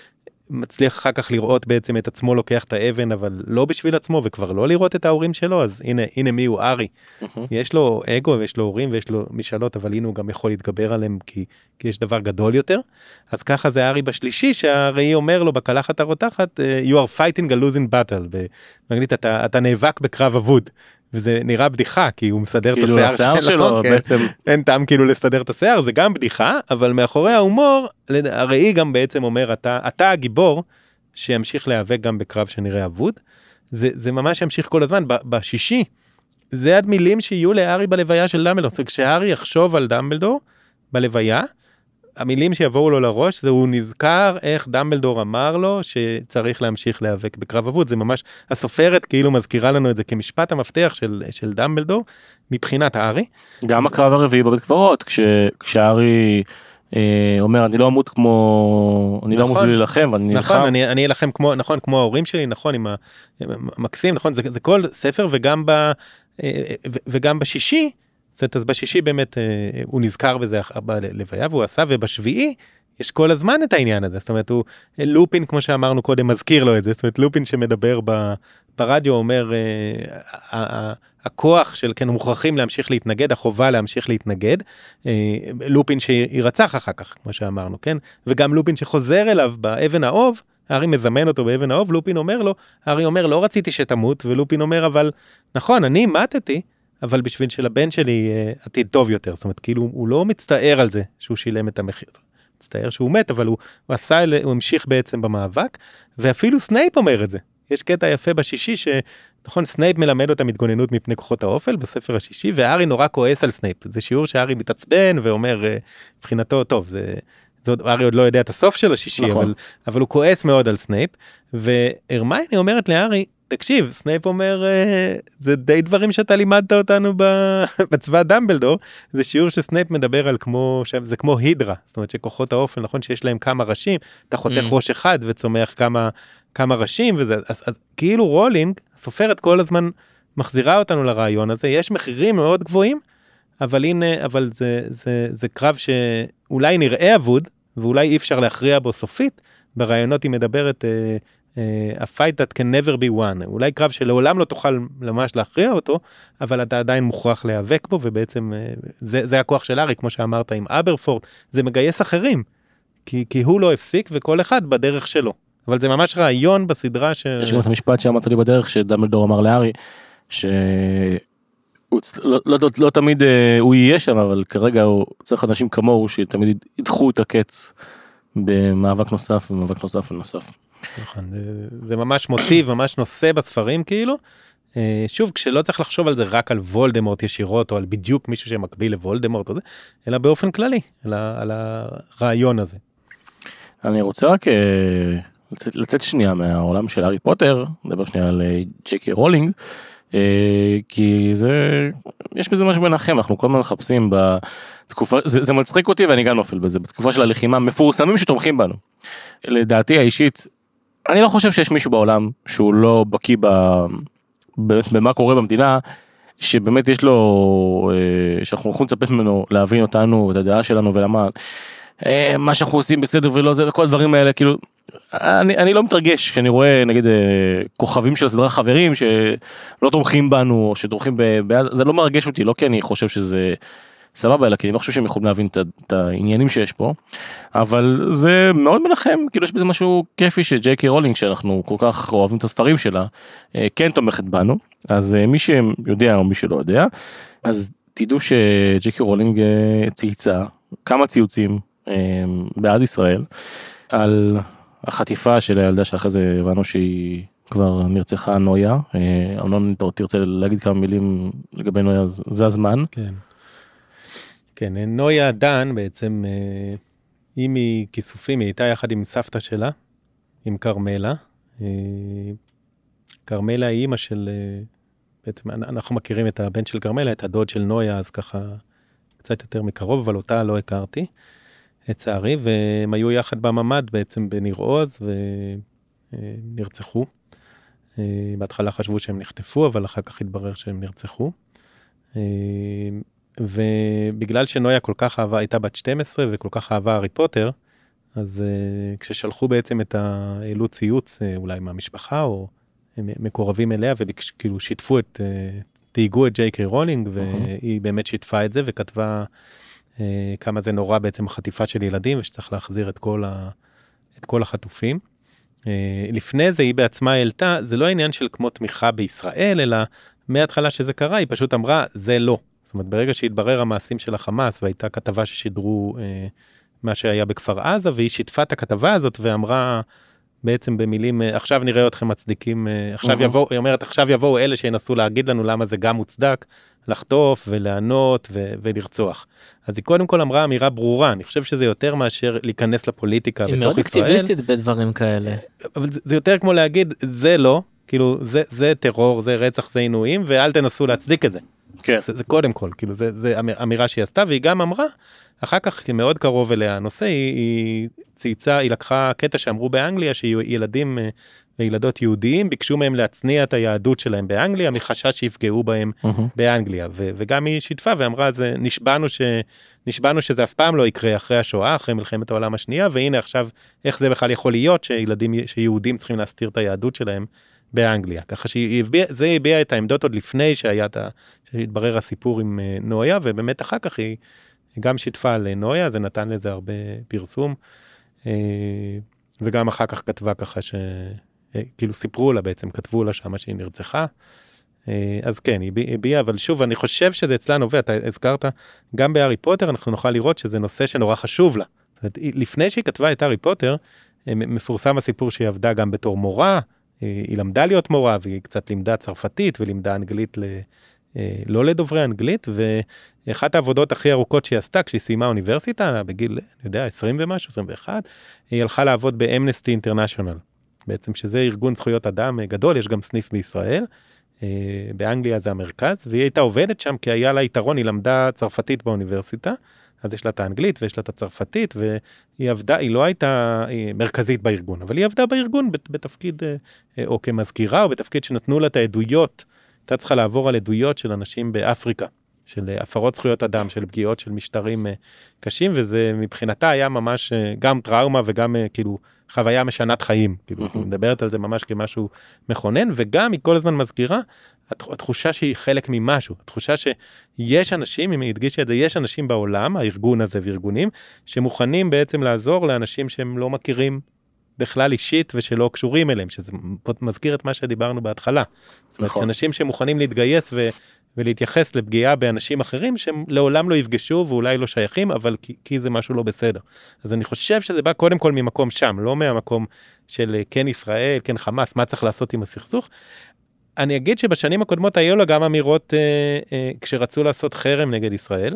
מצליח אחר כך לראות בעצם את עצמו לוקח את האבן, אבל לא בשביל עצמו, וכבר לא לראות את ההורים שלו, אז הנה מי הוא ארי. יש לו אגו, ויש לו הורים, ויש לו משאלות, אבל הנה הוא גם יכול להתגבר עליהם, כי יש דבר גדול יותר. אז ככה זה ארי בשלישי, שהראי אומר לו בקלחת הרותחת, you are fighting a losing battle, באנגלית אתה נאבק בקרב אבוד. וזה נראה בדיחה, כי הוא מסדר את השיער שלו, בעצם אין טעם כאילו לסדר את השיער, זה גם בדיחה, אבל מאחורי ההומור, הראי גם בעצם אומר, אתה הגיבור, שימשיך להיאבק גם בקרב שנראה אבוד, זה ממש ימשיך כל הזמן, בשישי, זה עד מילים שיהיו לארי בלוויה של דמבלדור, כשהארי יחשוב על דמבלדור, בלוויה, המילים שיבואו לו לראש, זה הוא נזכר איך דמבלדור אמר לו שצריך להמשיך להיאבק בקרב אבוד, זה ממש, הסופרת כאילו מזכירה לנו את זה כמשפט המפתח של דמבלדור, מבחינת הארי. גם הקרב הרביעי בבית קברות, כשהארי אומר, אני לא אמות כמו, אני לא אמות להילחם, ואני נלחם. נכון, אני אלחם כמו, נכון, כמו ההורים שלי, נכון, עם המקסים, נכון, זה כל ספר, וגם בשישי, אז בשישי באמת הוא נזכר בזה בלוויה והוא עשה, ובשביעי יש כל הזמן את העניין הזה, זאת אומרת הוא לופין כמו שאמרנו קודם מזכיר לו את זה, זאת אומרת לופין שמדבר ברדיו אומר הכוח של כן מוכרחים להמשיך להתנגד, החובה להמשיך להתנגד, לופין שירצח אחר כך כמו שאמרנו, כן, וגם לופין שחוזר אליו באבן האוב, הארי מזמן אותו באבן האוב, לופין אומר לו, הארי אומר לא רציתי שתמות, ולופין אומר אבל נכון אני מתתי, אבל בשביל שלבן שלי עתיד טוב יותר, זאת אומרת, כאילו הוא לא מצטער על זה שהוא שילם את המחיר, מצטער שהוא מת, אבל הוא המשיך בעצם במאבק, ואפילו סנייפ אומר את זה. יש קטע יפה בשישי, שנכון, סנייפ מלמד אותם התגוננות מפני כוחות האופל בספר השישי, והארי נורא כועס על סנייפ. זה שיעור שהארי מתעצבן ואומר, מבחינתו, טוב, הארי עוד לא יודע את הסוף של השישי, נכון. אבל הוא כועס מאוד על סנייפ, והרמיוני אומרת להארי, תקשיב, סנייפ אומר, זה די דברים שאתה לימדת אותנו בצבא דמבלדור, זה שיעור שסנייפ מדבר על כמו, זה כמו הידרה, זאת אומרת שכוחות האופל, נכון שיש להם כמה ראשים, אתה חותך ראש אחד וצומח כמה ראשים, וזה, אז כאילו רולינג, סופרת כל הזמן מחזירה אותנו לרעיון הזה, יש מחירים מאוד גבוהים, אבל הנה, אבל זה קרב שאולי נראה אבוד, ואולי אי אפשר להכריע בו סופית, ברעיונות היא מדברת, a fight that can never be won, אולי קרב שלעולם לא תוכל ממש להכריע אותו, אבל אתה עדיין מוכרח להיאבק בו, ובעצם זה הכוח של הארי, כמו שאמרת עם אברפורט, זה מגייס אחרים, כי הוא לא הפסיק, וכל אחד בדרך שלו, אבל זה ממש רעיון בסדרה יש גם את המשפט שאמרת לי בדרך, שדמבלדור אמר להארי, לא תמיד הוא יהיה שם, אבל כרגע הוא צריך אנשים כמוהו, שתמיד ידחו את הקץ, במאבק נוסף, ומאבק נוסף ונוסף. נכון, זה ממש מוטיב, ממש נושא בספרים כאילו, שוב כשלא צריך לחשוב על זה רק על וולדמורט ישירות, או על בדיוק מישהו שמקביל לוולדמורט, או זה, אלא באופן כללי, על הרעיון הזה. אני רוצה רק לצאת שנייה מהעולם של הארי פוטר, לדבר שנייה על ג'יי.קיי רולינג, כי יש בזה משהו מנחם, אנחנו כל הזמן מחפשים בתקופה, זה מצחיק אותי ואני גם נופל בזה, בתקופה של הלחימה מפורסמים שתומכים בנו. לדעתי האישית, אני לא חושב שיש מישהו בעולם שהוא לא בקיא במה קורה במדינה, שבאמת יש לו, שאנחנו יכולים לצפות ממנו להבין אותנו ואת הדעה שלנו ולמה, מה שאנחנו עושים בסדר ולא זה, וכל הדברים האלה, כאילו, אני לא מתרגש כשאני רואה נגיד כוכבים של הסדרה חברים שלא תומכים בנו או שתומכים זה לא מרגש אותי, לא כי אני חושב שזה סבבה, אלא כי אני לא חושב שהם יכולים להבין את העניינים שיש פה, אבל זה מאוד מנחם, כאילו יש בזה משהו כיפי שג'יי.קיי רולינג, שאנחנו כל כך אוהבים את הספרים שלה, כן תומכת בנו, אז מי שיודע או מי שלא יודע, אז תדעו שג'יי.קיי רולינג צייצה כמה ציוצים בעד ישראל, על החטיפה של הילדה שאחרי זה הבנו שהיא כבר נרצחה, נויה. אמנון, אתה תרצה להגיד כמה מילים לגבי נויה, זה הזמן. כן. כן, נויה דן בעצם, היא מכיסופים, היא הייתה יחד עם סבתא שלה, עם קרמלה. קרמלה היא אימא של, בעצם אנחנו מכירים את הבן של קרמלה, את הדוד של נויה, אז ככה קצת יותר מקרוב, אבל אותה לא הכרתי. לצערי, והם היו יחד בממד בעצם בניר עוז, ונרצחו. בהתחלה חשבו שהם נחטפו, אבל אחר כך התברר שהם נרצחו. ובגלל שנויה כל כך אהבה, הייתה בת 12, וכל כך אהבה הארי פוטר, אז כששלחו בעצם את העלו ציוץ, אולי מהמשפחה או מקורבים אליה, וכאילו שיתפו תהיגו את ג'יי קיי רולינג, והיא באמת שיתפה את זה, וכתבה כמה זה נורא בעצם החטיפה של ילדים, ושצריך להחזיר את כל החטופים. לפני זה היא בעצמה העלתה, זה לא העניין של כמו תמיכה בישראל, אלא מההתחלה שזה קרה, היא פשוט אמרה, זה לא. זאת אומרת, ברגע שהתברר המעשים של החמאס, והייתה כתבה ששידרו מה שהיה בכפר עזה, והיא שיתפה את הכתבה הזאת, ואמרה בעצם במילים, עכשיו נראה אתכם מצדיקים, היא אומרת, עכשיו יבואו אלה שינסו להגיד לנו למה זה גם מוצדק, לחטוף ולענות ולרצוח. אז היא קודם כל אמרה אמירה ברורה, אני חושב שזה יותר מאשר להיכנס לפוליטיקה בתוך ישראל. היא מאוד אקטיביסטית בדברים כאלה. אבל זה יותר כמו להגיד, זה לא, כאילו זה טרור, זה רצח, זה עינויים, ואל תנסו להצדיק את זה. כן. זה קודם כל, כאילו זה אמירה שהיא עשתה, והיא גם אמרה, אחר כך מאוד קרוב אליה הנושא, היא צייצה, היא לקחה קטע שאמרו באנגליה, שילדים וילדות יהודיים ביקשו מהם להצניע את היהדות שלהם באנגליה, מחשש שיפגעו בהם באנגליה, וגם היא שיתפה ואמרה, נשבענו שזה אף פעם לא יקרה אחרי השואה, אחרי מלחמת העולם השנייה, והנה עכשיו, איך זה בכלל יכול להיות שיהודים צריכים להסתיר את היהדות שלהם באנגליה, ככה שזה הביע את העמדות עוד לפני שהתברר הסיפור עם נויה, ובאמת אחר כך היא גם שיתפה על נויה, זה נתן לזה הרבה פרסום, וגם אחר כך כתבה ככה כאילו סיפרו לה בעצם, כתבו לה שמה שהיא נרצחה, אז כן, היא הביעה, אבל שוב, אני חושב שזה אצלה נובע, אתה הזכרת, גם בהארי פוטר אנחנו נוכל לראות שזה נושא שנורא חשוב לה, זאת אומרת, לפני שהיא כתבה את הארי פוטר, מפורסם הסיפור שהיא עבדה גם בתור מורה, היא למדה להיות מורה, והיא קצת לימדה צרפתית, ולימדה אנגלית לא לדוברי אנגלית, ואחת העבודות הכי ארוכות שהיא עשתה, כשהיא סיימה אוניברסיטה, בגיל, אני יודע, 20 ומשהו, 21, היא הלכה לעבוד באמנסטי אינטרנשיונל, בעצם שזה ארגון זכויות אדם גדול, יש גם סניף בישראל, באנגליה זה המרכז, והיא הייתה עובדת שם, כי היה לה יתרון, היא למדה צרפתית באוניברסיטה, אז יש לה את האנגלית ויש לה את הצרפתית, והיא עבדה, היא לא הייתה מרכזית בארגון, אבל היא עבדה בארגון בתפקיד, או כמזכירה, או בתפקיד שנתנו לה את העדויות, הייתה צריכה לעבור על עדויות של אנשים באפריקה, של הפרות זכויות אדם, של פגיעות של משטרים קשים, וזה מבחינתה היה ממש גם טראומה וגם כאילו חוויה משנת חיים, כאילו היא מדברת על זה ממש כמשהו מכונן, וגם היא כל הזמן מזכירה, התחושה שהיא חלק ממשהו, התחושה שיש אנשים, אם היא הדגישה את זה, יש אנשים בעולם, הארגון הזה וארגונים, שמוכנים בעצם לעזור לאנשים שהם לא מכירים בכלל אישית ושלא קשורים אליהם, שזה מזכיר את מה שדיברנו בהתחלה. זאת אומרת, אנשים שמוכנים להתגייס ולהתייחס לפגיעה באנשים אחרים, שהם לעולם לא יפגשו ואולי לא שייכים, אבל כי זה משהו לא בסדר. אז אני חושב שזה בא קודם כל ממקום שם, לא מהמקום של כן ישראל, כן חמאס, מה צריך לעשות עם הסכסוך. אני אגיד שבשנים הקודמות היו לה גם אמירות, כשרצו לעשות חרם נגד ישראל,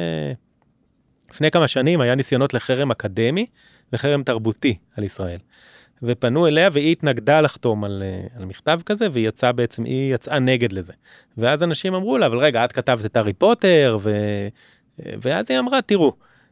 לפני כמה שנים היה ניסיונות לחרם אקדמי, וחרם תרבותי על ישראל. ופנו אליה והיא התנגדה לחתום על מכתב כזה, והיא יצאה נגד לזה. ואז אנשים אמרו לה, אבל רגע, את כתבת את הארי פוטר, ואז היא אמרה, תראו,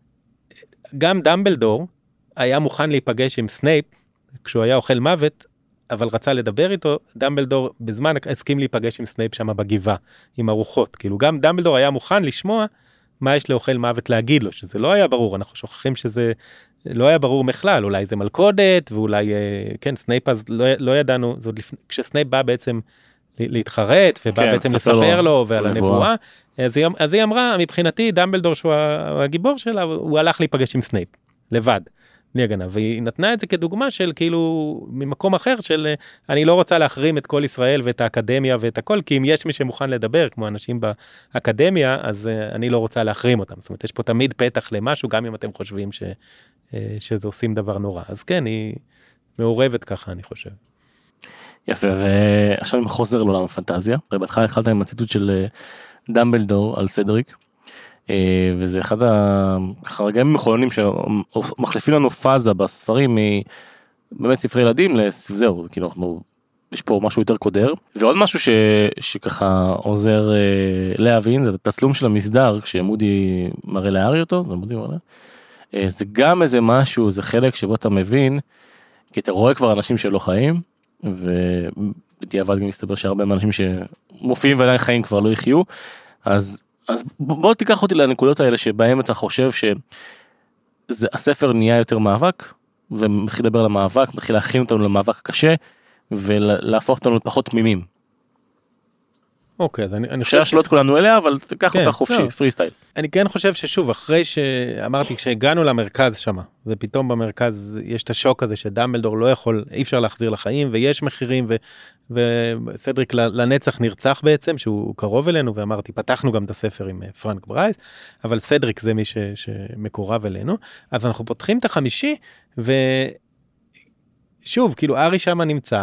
גם דמבלדור היה מוכן להיפגש עם סנייפ, כשהוא היה אוכל מוות, אבל רצה לדבר איתו, דמבלדור בזמן הסכים להיפגש עם סנייפ שם בגבעה, עם ארוחות. כאילו גם דמבלדור היה מוכן לשמוע מה יש לאוכל מוות להגיד לו, שזה לא היה ברור, אנחנו שוכחים שזה לא היה ברור בכלל, אולי זה מלכודת, ואולי, כן, סנייפ אז לא ידענו, כשסנייפ בא בעצם להתחרט, ובא בעצם לספר לו, ועל הנבואה, אז היא אמרה, מבחינתי, דמבלדור שהוא הגיבור שלה, הוא הלך להיפגש עם סנייפ, לבד, בלי הגנה, והיא נתנה את זה כדוגמה של כאילו, ממקום אחר של, אני לא רוצה להחרים את כל ישראל ואת האקדמיה ואת הכל, כי אם יש מי שמוכן לדבר, כמו אנשים באקדמיה, אז אני לא רוצה להחרים אותם, זאת אומרת, יש פה תמיד פתח למשהו, גם אם אתם חושבים שזה עושים דבר נורא. אז כן, היא מעורבת ככה, אני חושב. יפה, ועכשיו אני חוזר לעולם הפנטזיה. בהתחלה התחלת עם הציטוט של דמבלדור על סדריק, וזה אחד הרגעים המכוננים שמחליפים לנו פאזה בספרים מבאמת ספרי ילדים לזהו, כאילו יש פה משהו יותר קודר. ועוד משהו שככה עוזר להבין, זה התצלום של המסדר, כשמודי מראה להארי אותו, זה מודי מראה. זה גם איזה משהו, זה חלק שבו אתה מבין, כי אתה רואה כבר אנשים שלא חיים, ובדיעבד גם מסתבר שהרבה מהאנשים שמופיעים ועדיין חיים כבר לא יחיו, אז בוא תיקח אותי לנקודות האלה שבהם אתה חושב הספר נהיה יותר מאבק, ומתחיל לדבר על המאבק, מתחיל להכין אותנו למאבק הקשה, ולהפוך אותנו פחות תמימים. אוקיי, אז אני חושב... שלא את כולנו אליה, אבל תיקח אותה חופשי, פרי סטייל. אני כן חושב ששוב, אחרי שאמרתי, כשהגענו למרכז שמה, ופתאום במרכז יש את השוק הזה שדמבלדור לא יכול, אי אפשר להחזיר לחיים, ויש מחירים, וסדריק לנצח נרצח בעצם, שהוא קרוב אלינו, ואמרתי, פתחנו גם את הספר עם פרנק ברייס, אבל סדריק זה מי שמקורב אלינו, אז אנחנו פותחים את החמישי, ושוב, כאילו ארי שמה נמצא,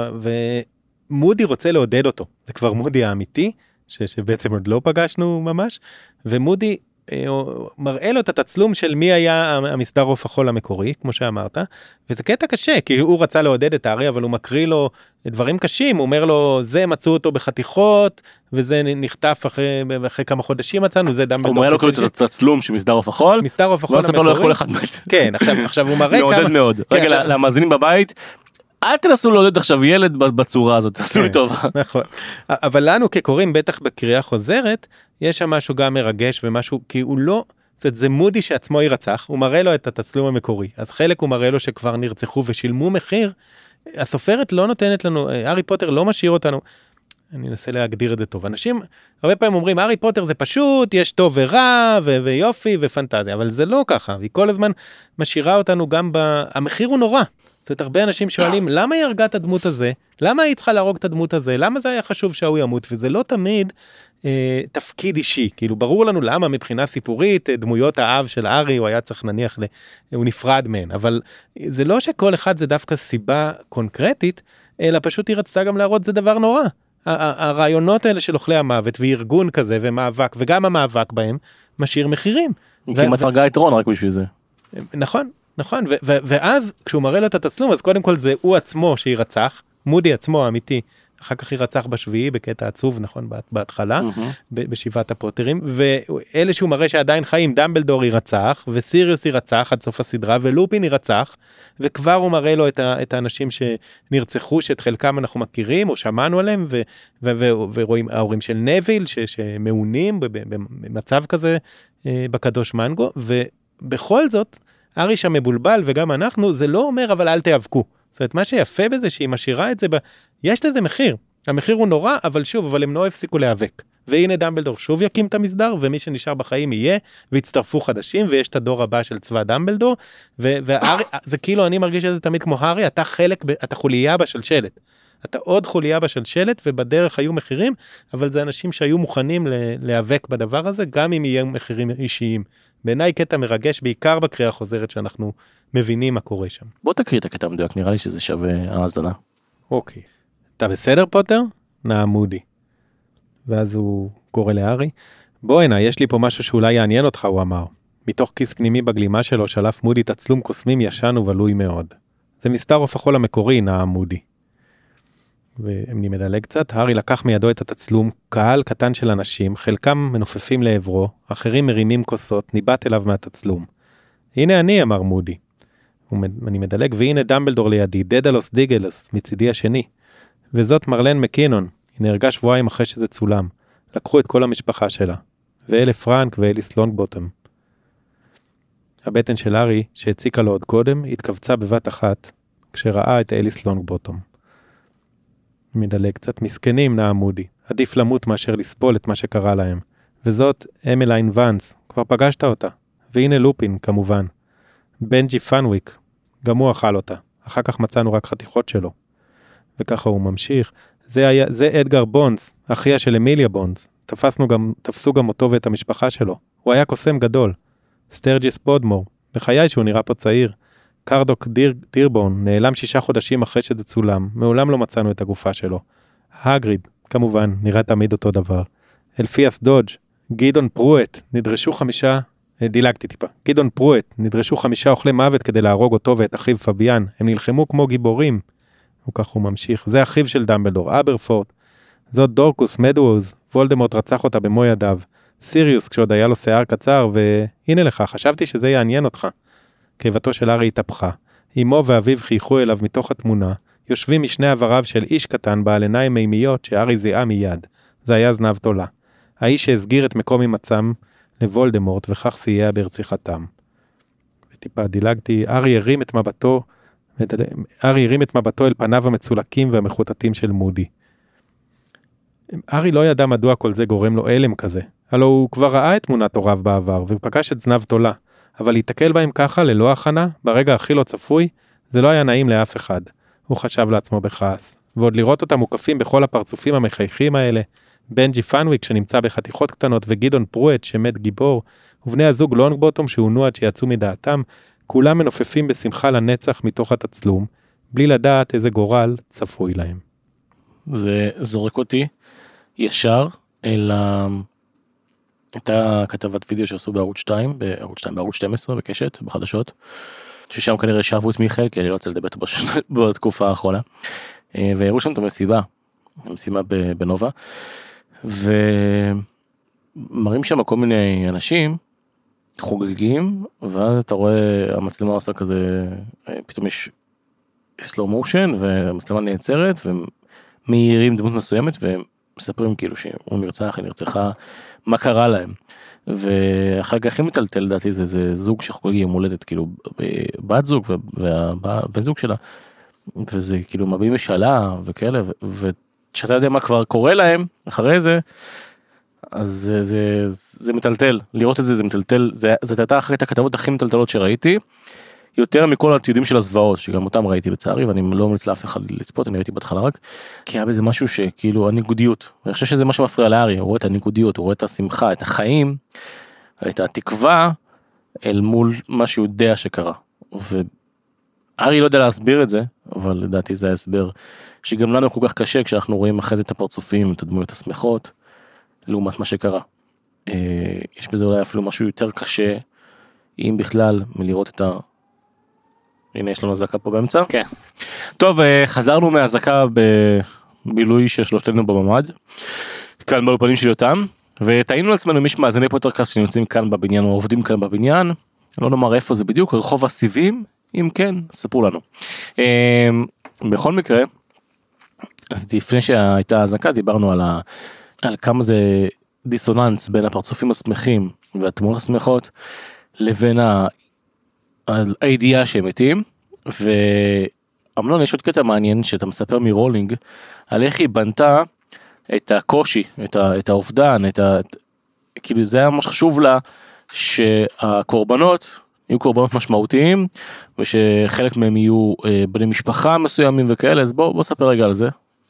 מודי רוצה לעודד אותו, זה כבר מודי האמיתי, שבעצם עוד לא פגשנו ממש, ומודי מראה לו את התצלום של מי היה המסדר עוף החול המקורי, כמו שאמרת, וזה קטע קשה, כי הוא רצה לעודד את הארי, אבל הוא מקריא לו דברים קשים, הוא אומר לו, זה מצאו אותו בחתיכות, וזה נחטף אחרי כמה חודשים מצאנו, זה דמבלדור. הוא מראה לו כאילו את התצלום של מסדר עוף החול, מסדר עוף החול המקורי. לא אספר לו איך כל אחד מת. כן, עכשיו הוא מראה כמה... מעודד מאוד. רגע, למאזינים בבית, אל תנסו לעודד עכשיו ילד בצורה הזאת, תעשו לי טוב. נכון, אבל לנו כקוראים, בטח בקריאה חוזרת, יש שם משהו גם מרגש ומשהו, כי הוא לא, זה מודי שעצמו ירצח, הוא מראה לו את התצלום המקורי, אז חלק הוא מראה לו שכבר נרצחו ושילמו מחיר, הסופרת לא נותנת לנו, הארי פוטר לא משאיר אותנו, אני אנסה להגדיר את זה טוב, אנשים הרבה פעמים אומרים, הארי פוטר זה פשוט, יש טוב ורע ויופי ופנטזיה, אבל זה לא ככה, והיא כל הזמן משאירה אותנו גם המחיר הוא נורא, זאת אומרת, הרבה אנשים שואלים, למה היא הרגה את הדמות הזה? למה היא צריכה להרוג את הדמות הזה? למה זה היה חשוב שהוא ימות? וזה לא תמיד תפקיד אישי. כאילו, ברור לנו למה מבחינה סיפורית, דמויות האב של הארי, הוא היה צריך נניח, הוא נפרד מהן. אבל זה לא שכל אחד זה דווקא סיבה קונקרטית, אלא פשוט היא רצתה גם להראות, זה דבר נורא. הרעיונות האלה של אוכלי המוות, וארגון כזה, ומאבק, וגם המאבק בהם, משאיר מחירים. היא כמעט הרגה את רון רק בשביל זה. נכון. נכון, ואז כשהוא מראה לו את התצלום, אז קודם כל זה הוא עצמו שירצח, מודי עצמו האמיתי, אחר כך ירצח בשביעי, בקטע עצוב, נכון, בהתחלה, בשבעת הפוטרים, ואלה שהוא מראה שעדיין חיים, דמבלדור ירצח, וסיריוס ירצח עד סוף הסדרה, ולופין ירצח, וכבר הוא מראה לו את האנשים שנרצחו, שאת חלקם אנחנו מכירים, או שמענו עליהם, ורואים ההורים של נביל, שמעונים במצב כזה, בקדוש מנגו, ובכל זאת, הארי שם מבולבל, וגם אנחנו, זה לא אומר, אבל אל תיאבקו. זאת אומרת, מה שיפה בזה, שהיא משאירה את זה, יש לזה מחיר. המחיר הוא נורא, אבל שוב, אבל הם לא הפסיקו להיאבק. והנה דמבלדור שוב יקים את המסדר, ומי שנשאר בחיים יהיה, והצטרפו חדשים, ויש את הדור הבא של צבא דמבלדור, זה כאילו, אני מרגיש שזה תמיד כמו הארי, אתה חוליה בשלשלת. אתה עוד חוליה בשלשלת, ובדרך היו מחירים, אבל זה אנשים שהיו מוכנים להיאבק בדבר הזה, גם אם יהיו מחירים אישיים. בעיניי קטע מרגש, בעיקר בקריאה החוזרת שאנחנו מבינים מה קורה שם. בוא תקריא את הקטע המדויק, נראה לי שזה שווה האזנה. אוקיי. אתה בסדר פוטר? נע מודי. ואז הוא קורא להארי. בוא הנה, יש לי פה משהו שאולי יעניין אותך, הוא אמר. מתוך כיס פנימי בגלימה שלו שלף מודי תצלום קוסמים ישן ובלוי מאוד. זה מסדר עוף החול המקורי, נע מודי. ואני מדלג קצת, הארי לקח מידו את התצלום, קהל קטן של אנשים, חלקם מנופפים לעברו, אחרים מרימים כוסות, ניבט אליו מהתצלום. הנה אני, אמר מודי. אני מדלג, והנה דמבלדור לידי, דדלוס דיגלוס, מצידי השני. וזאת מרלן מקינון, היא נהרגה שבועיים אחרי שזה צולם. לקחו את כל המשפחה שלה. ואלה פרנק ואליס לונגבוטם. הבטן של הארי, שהציקה לו עוד קודם, התכווצה בבת אחת, כשראה את אליס לונגבוטם. מדלג קצת, מסכנים נע מודי, עדיף למות מאשר לסבול את מה שקרה להם. וזאת אמליין ונס, כבר פגשת אותה. והנה לופין, כמובן. בנג'י פנוויק, גם הוא אכל אותה. אחר כך מצאנו רק חתיכות שלו. וככה הוא ממשיך. זה אדגר בונדס, אחיה של אמיליה בונדס. תפסו גם אותו ואת המשפחה שלו. הוא היה קוסם גדול. סטרג'יס פודמור, בחיי שהוא נראה פה צעיר. קרדוק דירבון נעלם 6 חודשים אחרי שזה צולם, מעולם לא מצאנו את הגופה שלו. הגריד, כמובן, נראה תמיד אותו דבר. אלפיאס דודג', גידון פרואט, גידון פרואט, נדרשו 5 אוכלי מוות כדי להרוג אותו ואת אחיו פביאן, הם נלחמו כמו גיבורים. וכך הוא ממשיך, זה אחיו של דמבלדור, אברפורט, זאת דורקוס מדווז, וולדמורט רצח אותה במו ידיו, סיריוס כשעוד היה לו שיער קצר, והנה לך, חשבתי שזה יעניין אותך. קיבתו של הארי התהפכה. אמו ואביו חייכו אליו מתוך התמונה, יושבים משני עבריו של איש קטן בעל עיניים מימיות שהארי זיהה מיד. זה היה זנב תולה. האיש שהסגיר את מקום הימצאם לוולדמורט וכך סייע ברציחתם. טיפה דילגתי, ארי הרים את מבטו אל פניו המצולקים והמחוטטים של מודי. ארי לא ידע מדוע כל זה גורם לו אלם כזה, הלא הוא כבר ראה את תמונת הוריו בעבר, ופגש את זנב תולה, אבל להתקל בהם ככה ללא הכנה, ברגע הכי לא צפוי, זה לא היה נעים לאף אחד. הוא חשב לעצמו בכעס, ועוד לראות אותם מוקפים בכל הפרצופים המחייכים האלה, בנג'י פאנוויק שנמצא בחתיכות קטנות, וגדעון פרואט שמת גיבור, ובני הזוג לונגבוטום שהונו עד שיצאו מדעתם, כולם מנופפים בשמחה לנצח מתוך התצלום, בלי לדעת איזה גורל צפוי להם. זה זורק אותי ישר אל הייתה כתבת וידאו שעשו בערוץ 2, בערוץ 12 בקשת, בחדשות, ששם כנראה שאבו את מיכאל, כי אני לא רוצה לדבר בתקופה האחרונה, והראו שם את המסיבה בנובה, ומראים שם כל מיני אנשים חוגגים, ואז אתה רואה המצלמה עושה כזה, פתאום יש slow motion, והמצלמה נעצרת, ומאירים דמות מסוימת, ומספרים כאילו שהוא נרצח, היא נרצחה, מה קרה להם. ואחר כך הכי מטלטל לדעתי זה זוג שחוגג יום הולדת, כאילו בת זוג והבן זוג שלה, וזה כאילו מביאים משאלה וכאלה, ושאתה יודע מה כבר קורה להם אחרי זה, אז זה מטלטל, לראות את זה מטלטל, זאת הייתה אחת הכתבות הכי מטלטלות שראיתי, יותר מכל התיעודים של הזוועות, שגם אותם ראיתי לצערי, ואני לא ממליץ לאף אחד לצפות, אני ראיתי בהתחלה רק, כי היה בזה משהו שכאילו הניגודיות, אני חושב שזה מה שמפריע לארי, הוא רואה את הניגודיות, הוא רואה את השמחה, את החיים, את התקווה, אל מול מה שהוא יודע שקרה, וארי לא יודע להסביר את זה, אבל לדעתי זה ההסבר, שגם לנו כל כך קשה, כשאנחנו רואים אחרי זה את הפרצופים, את הדמויות השמחות, לעומת מה שקרה. יש בזה אולי אפילו משהו יותר קשה, אם בכלל, מלראות את הנה יש לנו הזקה פה באמצע. כן. טוב, חזרנו מהזקה בבילוי של שלושתנו בממד, כאן באולפנים של יותם, וטעינו לעצמנו מי שמאזיני פודקאסט שנמצאים כאן בבניין, או עובדים כאן בבניין, לא נאמר איפה זה בדיוק, רחוב הסיבים, אם כן, ספרו לנו. בכל מקרה, אז לפני שהייתה הזקה, דיברנו על כמה זה דיסוננס בין הפרצופים השמחים והתמונות השמחות, לבין הידיעה שהם מתים, ואמנון יש עוד קטע מעניין שאתה מספר מרולינג, על איך היא בנתה את הקושי, את האובדן, כאילו זה היה ממש חשוב לה, שהקורבנות יהיו קורבנות משמעותיים, ושחלק מהם יהיו בני משפחה מסוימים וכאלה, אז בוא ספר רגע על זה.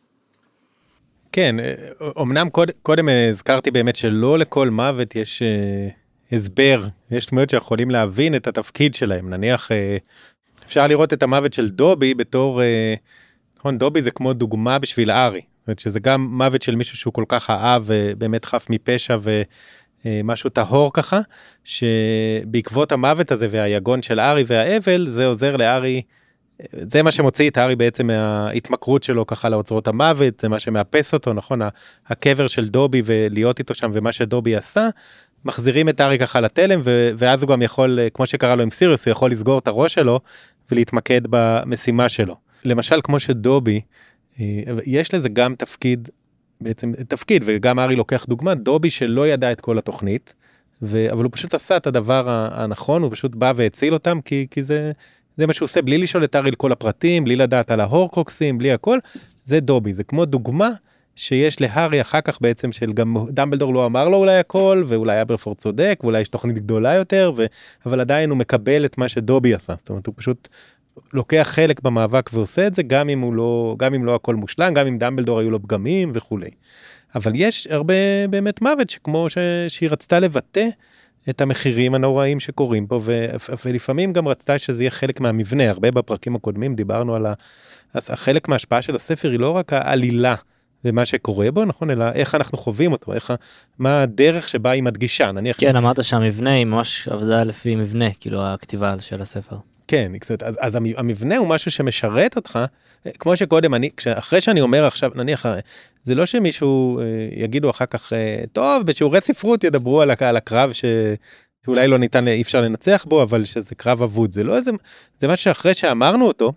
כן, אמנם קודם הזכרתי באמת שלא לכל מוות יש הסבר, יש דמויות שיכולים להבין את התפקיד שלהם, נניח אפשר לראות את המוות של דובי בתור, נכון, דובי זה כמו דוגמה בשביל ארי, זאת אומרת שזה גם מוות של מישהו שהוא כל כך אהב ובאמת חף מפשע ומשהו טהור ככה, שבעקבות המוות הזה והיגון של ארי והאבל, זה עוזר לארי, זה מה שמוציא את הארי בעצם מההתמכרות שלו ככה לאוצרות המוות, זה מה שמאפס אותו, נכון, הקבר של דובי ולהיות איתו שם ומה שדובי עשה, מחזירים את הארי ככה לתלם, ואז הוא גם יכול, כמו שקרה לו עם סיריוס, הוא יכול לסגור את הראש שלו, ולהתמקד במשימה שלו. למשל, כמו שדובי, יש לזה גם תפקיד, בעצם תפקיד, וגם הארי לוקח דוגמה, דובי שלא ידע את כל התוכנית, אבל הוא פשוט עשה את הדבר הנכון, הוא פשוט בא והציל אותם, כי זה מה שהוא עושה, בלי לשאול את הארי כל הפרטים, בלי לדעת על ההורקרוקסים, בלי הכל, זה דובי, זה כמו דוגמה, שיש להרי אחר כך בעצם של גם דמבלדור לא אמר לו אולי הכל, ואולי אברפורד צודק, ואולי יש תוכנית גדולה יותר, אבל עדיין הוא מקבל את מה שדובי עשה, זאת אומרת הוא פשוט לוקח חלק במאבק ועושה את זה, גם אם לא הכל מושלם, גם אם דמבלדור היו לו פגמים וכולי. אבל יש הרבה באמת מוות שכמו שהיא רצתה לבטא את המחירים הנוראים שקורים פה, ולפעמים גם רצתה שזה יהיה חלק מהמבנה, הרבה בפרקים הקודמים דיברנו על החלק מההשפעה של הספר היא לא רק העלילה, ומה שקורה בו, נכון, אלא איך אנחנו חווים אותו, מה הדרך שבה היא מדגישה, נניח. כן, אמרת שהמבנה היא ממש עבודה לפי מבנה, כאילו הכתיבה של הספר. כן, אז המבנה הוא משהו שמשרת אותך, כמו שקודם, אחרי שאני אומר עכשיו, נניח, זה לא שמישהו יגידו אחר כך, טוב, בשיעורי ספרות ידברו על הקרב שאולי לא ניתן, אי אפשר לנצח בו, אבל שזה קרב אבוד, זה לא איזה, זה משהו שאחרי שאמרנו אותו,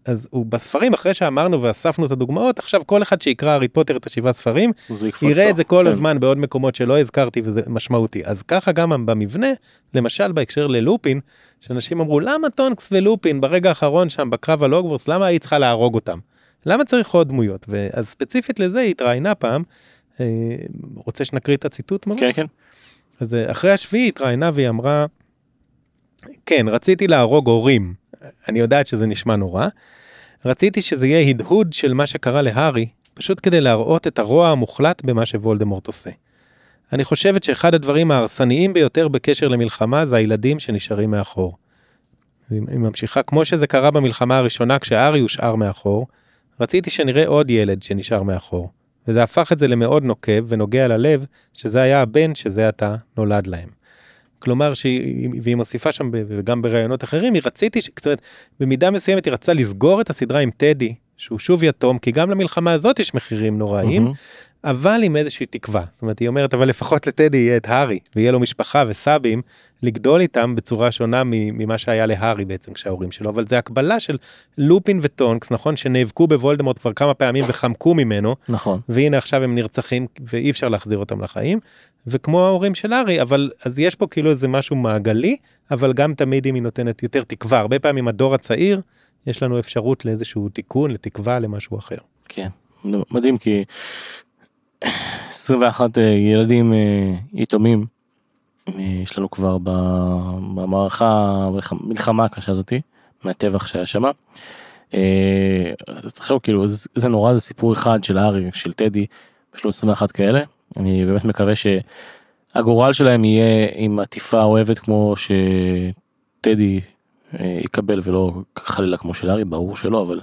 אז הוא בספרים, אחרי שאמרנו ואספנו את הדוגמאות, עכשיו כל אחד שיקרא הארי פוטר את 7 ספרים, יראה את זה כל הזמן בעוד מקומות שלא הזכרתי וזה משמעותי. אז ככה גם במבנה, למשל בהקשר ללופין, שאנשים אמרו, למה טונקס ולופין ברגע האחרון שם בקרב על הוגוורטס, למה היא צריכה להרוג אותם? למה צריך עוד דמויות? ואז ספציפית לזה היא התראיינה פעם, רוצה שנקריא את הציטוט? כן, כן. אז אחרי השביעי התראיינה והיא אמרה, כן, רציתי להרוג הורים, אני יודעת שזה נשמע נורא, רציתי שזה יהיה הדהוד של מה שקרה להארי, פשוט כדי להראות את הרוע המוחלט במה שוולדמורט עושה. אני חושבת שאחד הדברים ההרסניים ביותר בקשר למלחמה זה הילדים שנשארים מאחור. היא ממשיכה, כמו שזה קרה במלחמה הראשונה כשהארי הושאר מאחור, רציתי שנראה עוד ילד שנשאר מאחור, וזה הפך את זה למאוד נוקב ונוגע ללב שזה היה הבן שזה עתה נולד להם. כלומר, והיא מוסיפה שם וגם ברעיונות אחרים, היא רציתי, זאת אומרת, במידה מסוימת היא רצה לסגור את הסדרה עם טדי, שהוא שוב יתום, כי גם למלחמה הזאת יש מחירים נוראים, אבל עם איזושהי תקווה. זאת אומרת, היא אומרת, אבל לפחות לטדי יהיה את הארי, ויהיה לו משפחה וסבים, לגדול איתם בצורה שונה ממה שהיה להארי בעצם כשההורים שלו, אבל זה הקבלה של לופין וטונקס, נכון, שנאבקו בוולדמורט כבר כמה פעמים וחמקו ממנו, נכון. והנה עכשיו הם נרצחים ואי אפשר להחזיר אותם לחיים, וכמו ההורים של הארי, אבל אז יש פה כאילו איזה משהו מעגלי, אבל גם תמיד היא נותנת יותר תקווה, הרבה פעמים הדור הצעיר, יש לנו אפשרות לאיזשהו תיקון, לתקווה, למשהו אחר. כן, מדהים כי 21 ילדים יתומים, יש לנו כבר במערכה, מלחמה הקשה הזאתי, מהטבח שהיה שמה. אז תחשוב, כאילו, זה נורא, זה סיפור אחד של הארי, של טדי, יש לו 21 כאלה. אני באמת מקווה שהגורל שלהם יהיה עם עטיפה אוהבת כמו שטדי יקבל, ולא חלילה כמו של הארי, ברור שלא, אבל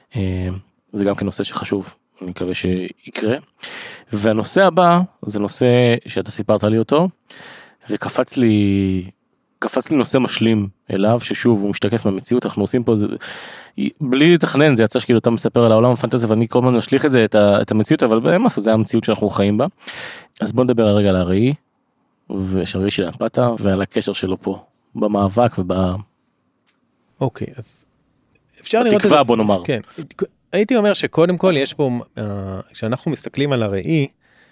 זה גם כנושא שחשוב, אני מקווה שיקרה. והנושא הבא, זה נושא שאתה סיפרת לי אותו, וקפץ לי נושא משלים אליו, ששוב הוא משתקף במציאות, אנחנו עושים פה, בלי לתכנן, זה יצא שכאילו אתה מספר על העולם הפנטזיה, ואני כל הזמן משליך את זה, את המציאות, אבל באמת זה המציאות שאנחנו חיים בה. אז בוא נדבר הרגע על הראי, ושהראי של האמפתה, ועל הקשר שלו פה, במאבק אוקיי, אז אפשר לראות את זה. בתקווה, בוא נאמר. כן, הייתי אומר שקודם כל יש פה, כשאנחנו מסתכלים על הראי,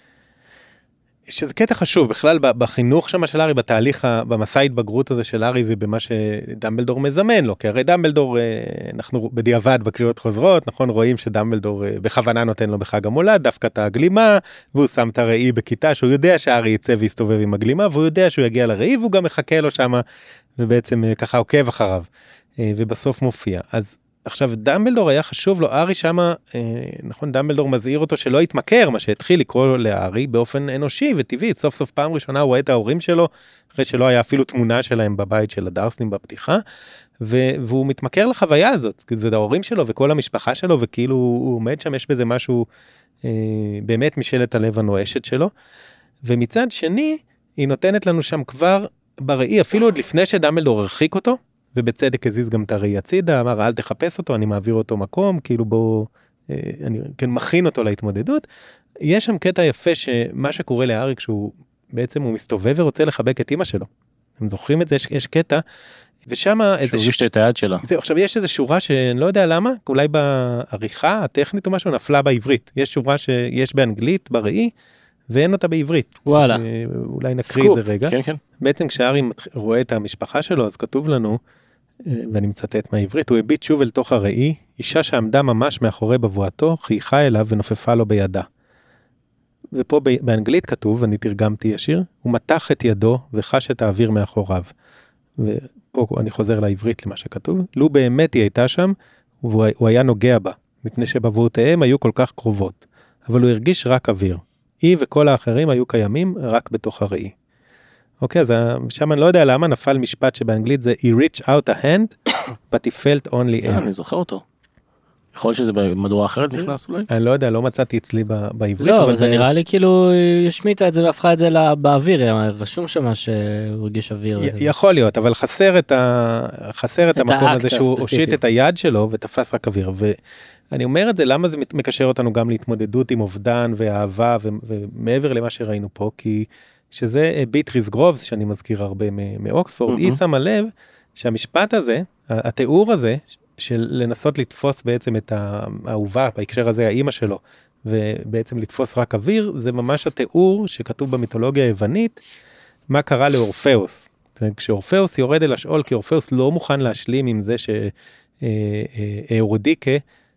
שזה קטע חשוב, בכלל בחינוך שם של הארי, בתהליך, במסע ההתבגרות הזה של הארי, ובמה שדמבלדור מזמן לו, כי הרי דמבלדור, אנחנו בדיעבד בקריאות חוזרות, נכון, רואים שדמבלדור בכוונה נותן לו בחג המולד, דווקא את הגלימה, והוא שם את הראי בכיתה, שהוא יודע שהארי יצא ויסתובב עם הגלימה, והוא יודע שהוא יגיע לראי, והוא גם מחכה לו שם, ובעצם ככה עוקב אחריו, ובסוף מופיע. אז עכשיו דמבלדור היה חשוב לו, הארי שמה, נכון, דמבלדור מזהיר אותו שלא יתמכר, מה שהתחיל לקרוא להארי באופן אנושי וטבעי, סוף סוף פעם ראשונה הוא רואה את ההורים שלו, אחרי שלא היה אפילו תמונה שלהם בבית של הדרסלים בפתיחה, והוא מתמכר לחוויה הזאת, כי זה ההורים שלו וכל המשפחה שלו, וכאילו הוא עומד שם, יש בזה משהו באמת משאלת הלב הנואשת שלו, ומצד שני, היא נותנת לנו שם כבר בראי, אפילו עוד לפני שדמבלדור הרחיק אותו, ובצדק הזיז גם את הראי הצידה, אמר אל תחפש אותו, אני מעביר אותו מקום, כאילו בוא, אני כן מכין אותו להתמודדות. יש שם קטע יפה שמה שקורה להארי כשהוא בעצם הוא מסתובב ורוצה לחבק את אמא שלו. אתם זוכרים את זה? יש קטע, ושם איזה... שהוא את היד שלה. זה, עכשיו יש איזו שורה שאני לא יודע למה, אולי בעריכה הטכנית או משהו נפלה בעברית. יש שורה שיש באנגלית בראי, ואין אותה בעברית. וואלה. אולי נקריא את זה רגע. כן, כן. בעצם כשהארי רואה את המשפחה שלו, אז כתוב לנו, ואני מצטט מהעברית, הוא הביט שוב אל תוך הראי, אישה שעמדה ממש מאחורי בבואתו, חייכה אליו ונופפה לו בידה. ופה באנגלית כתוב, אני תרגמתי ישיר, הוא מתח את ידו וחש את האוויר מאחוריו. ופה אני חוזר לעברית למה שכתוב, לו באמת היא הייתה שם, הוא היה נוגע בה, מפני שבבואותיהם היו כל כך קרובות, אבל הוא הרגיש רק אוויר. היא וכל האחרים היו קיימים רק בתוך הראי. אוקיי, אז שם אני לא יודע למה נפל משפט שבאנגלית זה He reached out a hand, but he felt only air. אני זוכר אותו. יכול שזה במדורה אחרת נכנס אולי? אני לא יודע, לא מצאתי אצלי בעברית. לא, אבל זה נראה לי כאילו השמיטה את זה והפכה את זה באוויר, רשום שם שהוא הרגיש אוויר. יכול להיות, אבל חסר את המקום הזה שהוא הושיט את היד שלו ותפס רק אוויר. ואני אומר את זה, למה זה מקשר אותנו גם להתמודדות עם אובדן ואהבה ומעבר למה שראינו פה, כי שזה ביטריס גרובס, שאני מזכיר הרבה מאוקספורד, היא שמה לב שהמשפט הזה, התיאור הזה, של לנסות לתפוס בעצם את האהובה, בהקשר הזה האימא שלו, ובעצם לתפוס רק אוויר, זה ממש התיאור שכתוב במיתולוגיה היוונית, מה קרה לאורפאוס. כשאורפאוס יורד אל השאול, כי אורפאוס לא מוכן להשלים עם זה שאירודיקה,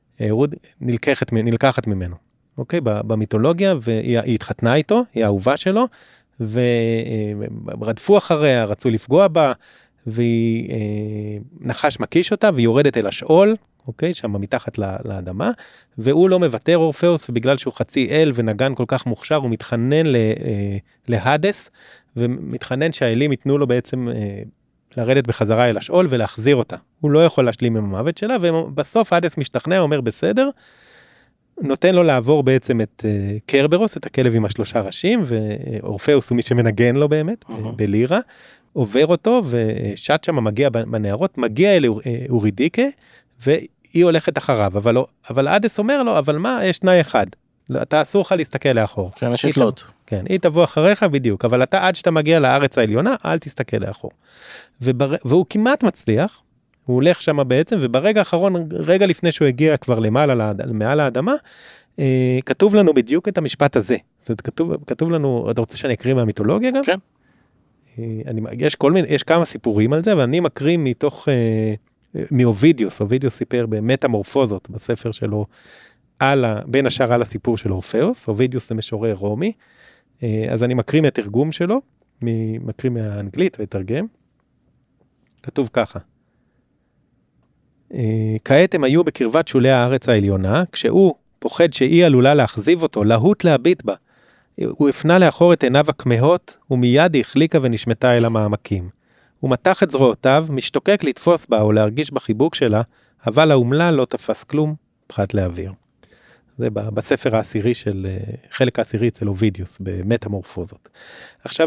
נלקחת ממנו. אוקיי? במיתולוגיה, והיא התחתנה איתו, היא האהובה שלו, ורדפו אחריה, רצו לפגוע בה, והיא נחש מקיש אותה, והיא יורדת אל השאול, אוקיי? שם מתחת לאדמה, והוא לא מוותר אורפאוס, ובגלל שהוא חצי אל ונגן כל כך מוכשר, הוא מתחנן להדס, ומתחנן שהאלים ייתנו לו בעצם לרדת בחזרה אל השאול ולהחזיר אותה. הוא לא יכול להשלים עם המוות שלה, ובסוף הדס משתכנע, אומר בסדר, נותן לו לעבור בעצם את קרברוס, את הכלב עם 3 ראשים, ואורפאוס הוא מי שמנגן לו באמת, בלירה, עובר אותו, ושט שם מגיע בנערות, מגיע אל אורידיקה, והיא הולכת אחריו, אבל אדס אומר לו, אבל מה, יש תנאי אחד, אתה אסור לך להסתכל לאחור. כן, יש לתלות. כן, היא תבוא אחריך בדיוק, אבל אתה עד שאתה מגיע לארץ העליונה, אל תסתכל לאחור. והוא כמעט מצליח, הוא הולך שם בעצם, וברגע האחרון, רגע לפני שהוא הגיע כבר מעל האדמה, כתוב לנו בדיוק את המשפט הזה. זאת אומרת, כתוב לנו, אתה רוצה שאני אקריא מהמיתולוגיה גם? כן. יש כמה סיפורים על זה, אבל אני מקריא מתוך, מאובידיוס, אובידיוס סיפר במטמורפוזות, בספר שלו, בין השאר על הסיפור של אורפאוס, אובידיוס זה משורר רומי, אז אני מקריא מהתרגום שלו, מקריא מהאנגלית ותרגם, כתוב ככה, כעת הם היו בקרבת שולי הארץ העליונה, כשהוא פוחד שהיא עלולה להחזיב אותו, להוט להביט בה, הוא הפנה לאחור את עיניו הכמהות, ומיד היא החליקה ונשמטה אל המעמקים. הוא מתח את זרועותיו, משתוקק לתפוס בה או להרגיש בחיבוק שלה, אבל האומלל לא תפס כלום, פחת לאוויר. זה בספר העשירי של, חלק העשירי אצל אובידיוס, במטמורפוזות. עכשיו,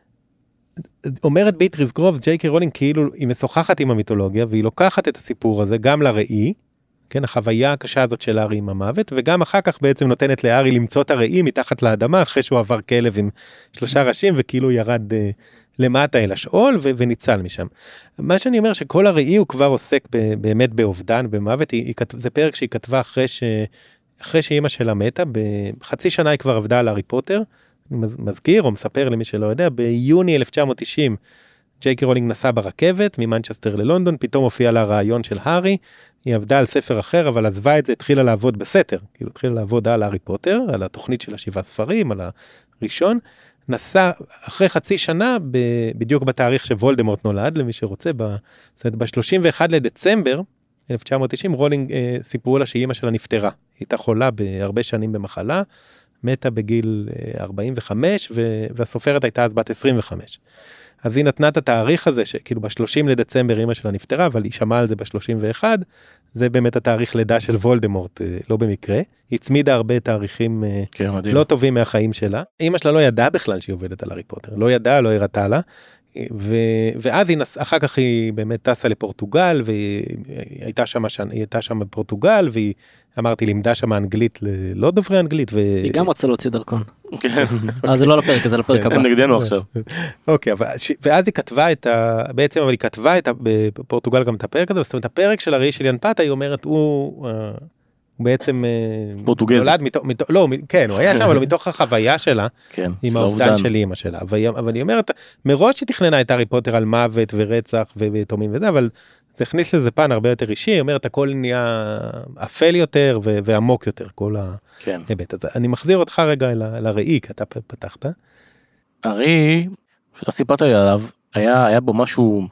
אומרת ביטריס גרובס, ג'יי קיי רולינג כאילו היא משוחחת עם המיתולוגיה, והיא לוקחת את הסיפור הזה גם לראי, כן, החוויה הקשה הזאת של הארי עם המוות, וגם אחר כך בעצם נותנת לארי למצוא את הראי מתחת לאדמה, אחרי שהוא עבר כלב עם 3 ראשים, וכאילו ירד למטה אל השאול, וניצל משם. מה שאני אומר שכל הראי הוא כבר עוסק באמת באובדן, במוות, זה פרק שהיא כתבה אחרי שאימא שלה מתה, בחצי שנה היא כבר עבדה על הארי פוטר, אני מזכיר או מספר למי שלא יודע, ביוני 1990, ג'יי קיי רולינג נסע ברכבת ממנצ'סטר ללונדון, פתאום הופיע לה רעיון של הארי, היא עבדה על ספר אחר, אבל עזבה את זה, התחילה לעבוד בסתר, כאילו התחילה לעבוד על הארי פוטר, על התוכנית של 7 ספרים, על הראשון, נסע אחרי חצי שנה, בדיוק בתאריך שוולדמורט נולד, למי שרוצה, ב-31 לדצמבר, 1990, רולינג סיפרו לה שאימא שלה נפטרה, היא הייתה חולה בהרבה שנים במחלה, מתה בגיל 45, והסופרת הייתה אז בת 25. אז היא נתנה את התאריך הזה, שכאילו ב-30 לדצמבר אמא שלה נפטרה, אבל היא שמעה על זה ב-31, זה באמת התאריך לידה של וולדמורט, לא במקרה. היא הצמידה הרבה תאריכים כן, לא טובים מהחיים שלה. אמא שלה לא ידעה בכלל שהיא עובדת על הארי פוטר, לא ידעה, לא הראתה לה, ואז אחר כך היא באמת טסה לפורטוגל, והיא הייתה שם בפורטוגל, והיא אמרתי, לימדה שם אנגלית ללא דוברי אנגלית. היא גם רוצה להוציא דרכון. כן. זה לא לפרק, זה לפרק הבא. הם נגדנו עכשיו. אוקיי, ואז היא כתבה בעצם, אבל היא כתבה בפורטוגל גם את הפרק הזה, זאת אומרת, הפרק של הראי של ינפתה, היא אומרת, הוא בעצם פורטוגזי. לא, כן, הוא היה שם, אבל מתוך החוויה שלה, עם האובדן של אמא שלה. אבל היא אומרת, מראש היא תכננה את הארי פוטר על מוות ורצח ויתומים וזה, אבל זה הכניס לזה פן הרבה יותר אישי, היא אומרת, הכל נהיה אפל יותר ועמוק יותר, כל ההיבט הזה. אני מחזיר אותך רגע לראי, כי אתה פתחת. הראי, שאתה סיפרת עליו, היה בו משהו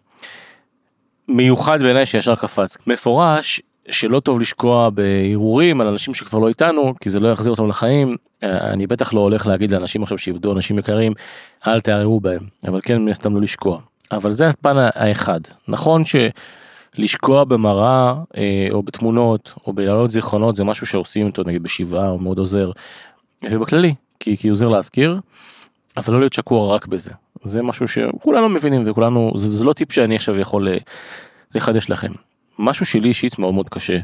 מיוחד בעיניי שישר קפץ. מפורש, שלא טוב לשקוע בערעורים על אנשים שכבר לא איתנו, כי זה לא יחזיר אותם לחיים. אני בטח לא הולך להגיד לאנשים עכשיו שאיבדו אנשים יקרים, אל תערערו בהם, אבל כן מן הסתם לא לשקוע. אבל זה הפן האחד. נכון שלשקוע במראה, או בתמונות, או בלעלות זיכרונות, זה משהו שעושים אותו נגיד בשבעה, או מאוד עוזר, ובכללי, כי עוזר להזכיר, אבל לא להיות שקוע רק בזה. זה משהו שכולנו מבינים, וכולנו, זה לא טיפ שאני עכשיו יכול לחדש לכם. משהו שלי אישית מאוד מאוד קשה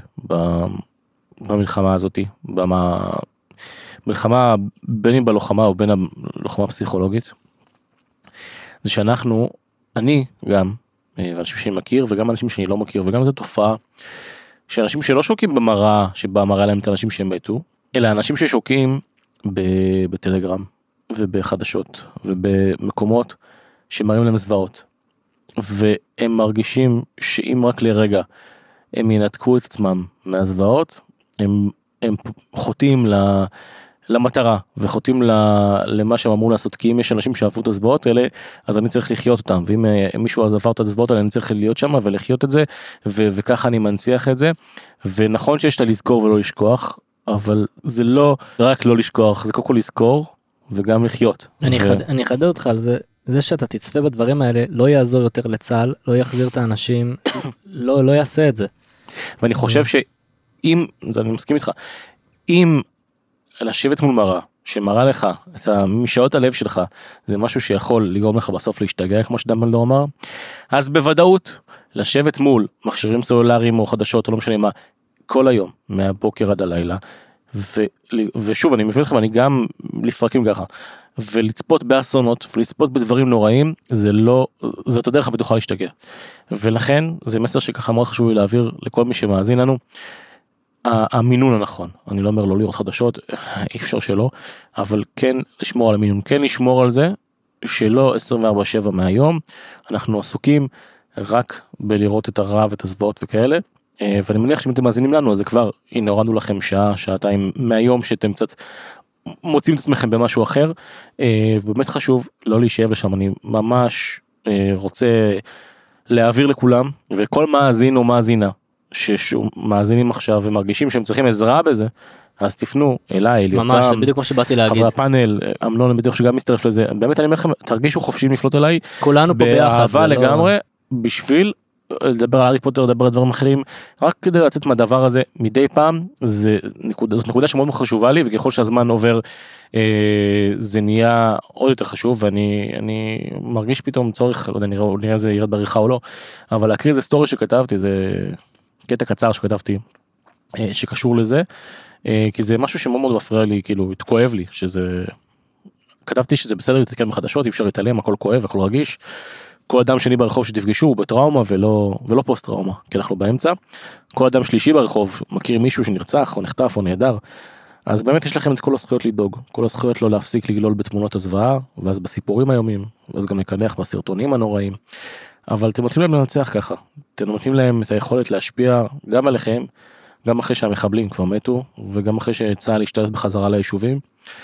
במלחמה הזאת, במלחמה בין אם בלוחמה או בין הלוחמה הפסיכולוגית, זה שאנחנו, אני גם, אנשים שאני מכיר וגם אנשים שאני לא מכיר, וגם זו תופעה שאנשים שלא שוקים במראה, שבה מראה להם את האנשים שהם מתו, אלא אנשים ששוקים בטלגרם, ובחדשות, ובמקומות שמראים להם זוועות. והם מרגישים שאם רק לרגע הם ינתקו את עצמם מהזוועות, הם חוטאים למטרה, וחוטאים למה שהם אמרו לעשות, כי אם יש אנשים שעברו את הזוועות האלה, אז אני צריך לחיות אותם, ואם מישהו עבר את הזוועות האלה, אני צריך להיות שם ולחיות את זה, וככה אני מנציח את זה, ונכון שיש לה לזכור ולא לשכוח, אבל זה לא רק לא לשכוח, זה קודם כל לזכור, וגם לחיות. אני אחדד אותך על זה, זה שאתה תצפה בדברים האלה, לא יעזור יותר לצה"ל, לא יחזיר את האנשים, לא יעשה את זה. ואני חושב שאם, אני מסכים איתך, אם לשבת מול מראה, שמראה לך את משעות הלב שלך, זה משהו שיכול לגרום לך בסוף להשתגע, כמו שדמבלדור אמר, אז בוודאות, לשבת מול מכשירים סלולריים או חדשות, או לא משנה מה, כל היום, מהבוקר עד הלילה, ושוב, אני מבין לכם, אני גם לפרקים ככה, ולצפות באסונות, ולצפות בדברים נוראים, זאת הדרך הבטוחה להשתגע. ולכן, זה מסר שככה מאוד חשוב לי להעביר לכל מי שמאזין לנו, המינון הנכון, אני לא אומר לא לראות חדשות, אי אפשר שלא, אבל כן לשמור על המינון, כן לשמור על זה, שלא 24/7 מהיום, אנחנו עסוקים רק בלראות את הרע ואת הזוועות וכאלה, ואני מניח שאם אתם מאזינים לנו, אז זה כבר, הנה הורדנו לכם שעה, שעתיים מהיום שאתם קצת מוצאים את עצמכם במשהו אחר, באמת חשוב לא להישאב לשם, אני ממש רוצה להעביר לכולם, וכל מאזין או מאזינה, שמאזינים עכשיו ומרגישים שהם צריכים עזרה בזה, אז תפנו אליי, ממש, בדיוק כמו שבאתי להגיד. חברי הפאנל, אמנון בדיוק שגם מסתרף לזה, באמת אני אומר לכם, תרגישו חופשיים לפנות אליי, כולנו פה ביחד. באהבה לגמרי, בשביל לדבר על הארי פוטר, לדבר על דברים אחרים, רק כדי לצאת מהדבר הזה מדי פעם, זאת נקודה שמאוד חשובה לי, וככל שהזמן עובר, זה נהיה עוד יותר חשוב, ואני מרגיש פתאום צורך, לא יודע, נראה זה ירד בעריכה או לא, אבל להקריא איזה סטורי שכתבתי, זה קטע קצר שכתבתי, שקשור לזה, כי זה משהו שמאוד מאוד מפריע לי, כאילו, כואב לי, כתבתי שזה בסדר להתעדכן בחדשות, אי אפשר להתעלם, הכל כואב, הכל רגיש, כל אדם שני ברחוב שתפגשו הוא בטראומה ולא פוסט טראומה, כי אנחנו באמצע, כל אדם שלישי ברחוב מכיר מישהו שנרצח או נחטף או נהדר, אז באמת יש לכם את כל הזכויות לדאוג, כל הזכויות לא להפסיק לגלול בתמונות הזוועה, ואז בסיפורים היומיים, ואז גם לקנח בסרטונים הנוראים, אבל אתם נותנים להם לנצח ככה, אתם נותנים להם את היכולת להשפיע גם עליכם, גם אחרי שהמחבלים כבר מתו, וגם אחרי שצה"ל ישתלט בחזרה ליישובים,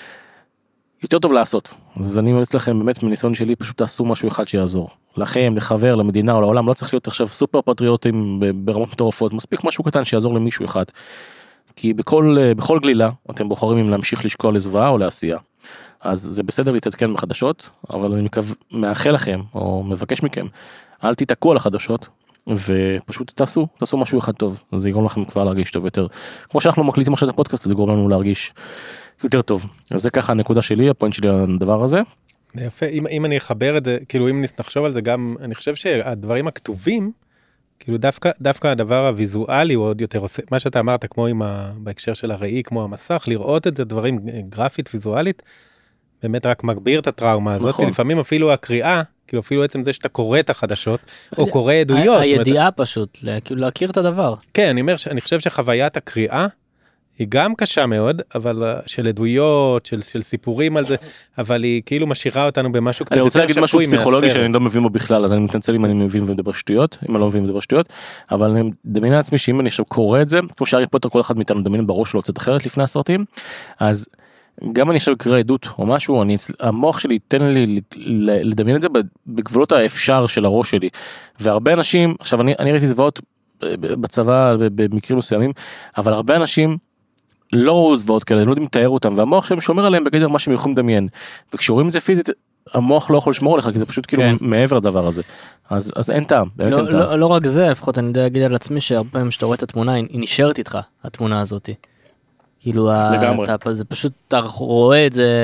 יותר טוב לעשות. אז אני ממליץ לכם באמת מניסיון שלי, פשוט תעשו משהו אחד שיעזור. לכם, לחבר, למדינה או לעולם, לא צריך להיות עכשיו סופר פטריוטים ברמות מטורפות, מספיק משהו קטן שיעזור למישהו אחד. כי בכל גלילה אתם בוחרים אם להמשיך לשקול לזוועה או לעשייה. אז זה בסדר להתעדכן בחדשות, אבל אני מאחל לכם, או מבקש מכם, אל תתעקו על החדשות, ופשוט תעשו משהו אחד טוב. זה יגרום לכם כבר להרגיש טוב יותר. כמו שאנחנו מקליטים עכשיו את הפודקאסט, זה יגרום לנו להרגיש יותר טוב. אז זה ככה הנקודה שלי, הפוינט שלי על הדבר הזה. יפה, אם אני אחבר את זה, כאילו אם נחשוב על זה גם, אני חושב שהדברים הכתובים, כאילו דווקא הדבר הוויזואלי הוא עוד יותר עושה, מה שאתה אמרת כמו בהקשר של הראי, כמו המסך, לראות את זה דברים גרפית, ויזואלית, באמת רק מגביר את הטראומה הזאת, כי לפעמים אפילו הקריאה, כאילו אפילו עצם זה שאתה קורא את החדשות, או קורא עדויות. הידיעה פשוט, כאילו להכיר את הדבר. כן, אני חושב שחוויית הקריאה, היא גם קשה מאוד, אבל של עדויות, של סיפורים על זה, אבל היא כאילו משאירה אותנו במשהו קצת יותר שפוי. אני רוצה להגיד משהו פסיכולוגי שאני לא מבין בו בכלל, אז אני מתנצל אם אני מבין ומדבר שטויות, אם אני לא מבין ומדבר שטויות, אבל אני מדמיין לעצמי שאם אני עכשיו קורא את זה, כמו שהארי פוטר כל אחד מאיתנו מדמיין בראש שלו קצת אחרת לפני הסרטים, אז גם אני עכשיו אקרא עדות או משהו, המוח שלי ייתן לי לדמיין את זה בגבולות האפשר של הראש שלי, והרבה אנשים, עכשיו אני ראיתי זוועות בצבא במקרים מסוימים, אבל הרבה אנשים לא ראו זוועות כאלה, הם לא יודעים לתאר אותם, והמוח שלהם שומר עליהם בגדר מה שהם יכולים לדמיין, וכשרואים את זה פיזית, המוח לא יכול לשמור עליך, כי זה פשוט כאילו מעבר לדבר הזה, אז אין טעם, באמת אין טעם. לא רק זה, לפחות אני יודע להגיד על עצמי, שהרבה פעמים שאתה רואה את התמונה, היא נשארת איתך, התמונה הזאת. כאילו, זה פשוט, אתה רואה את זה,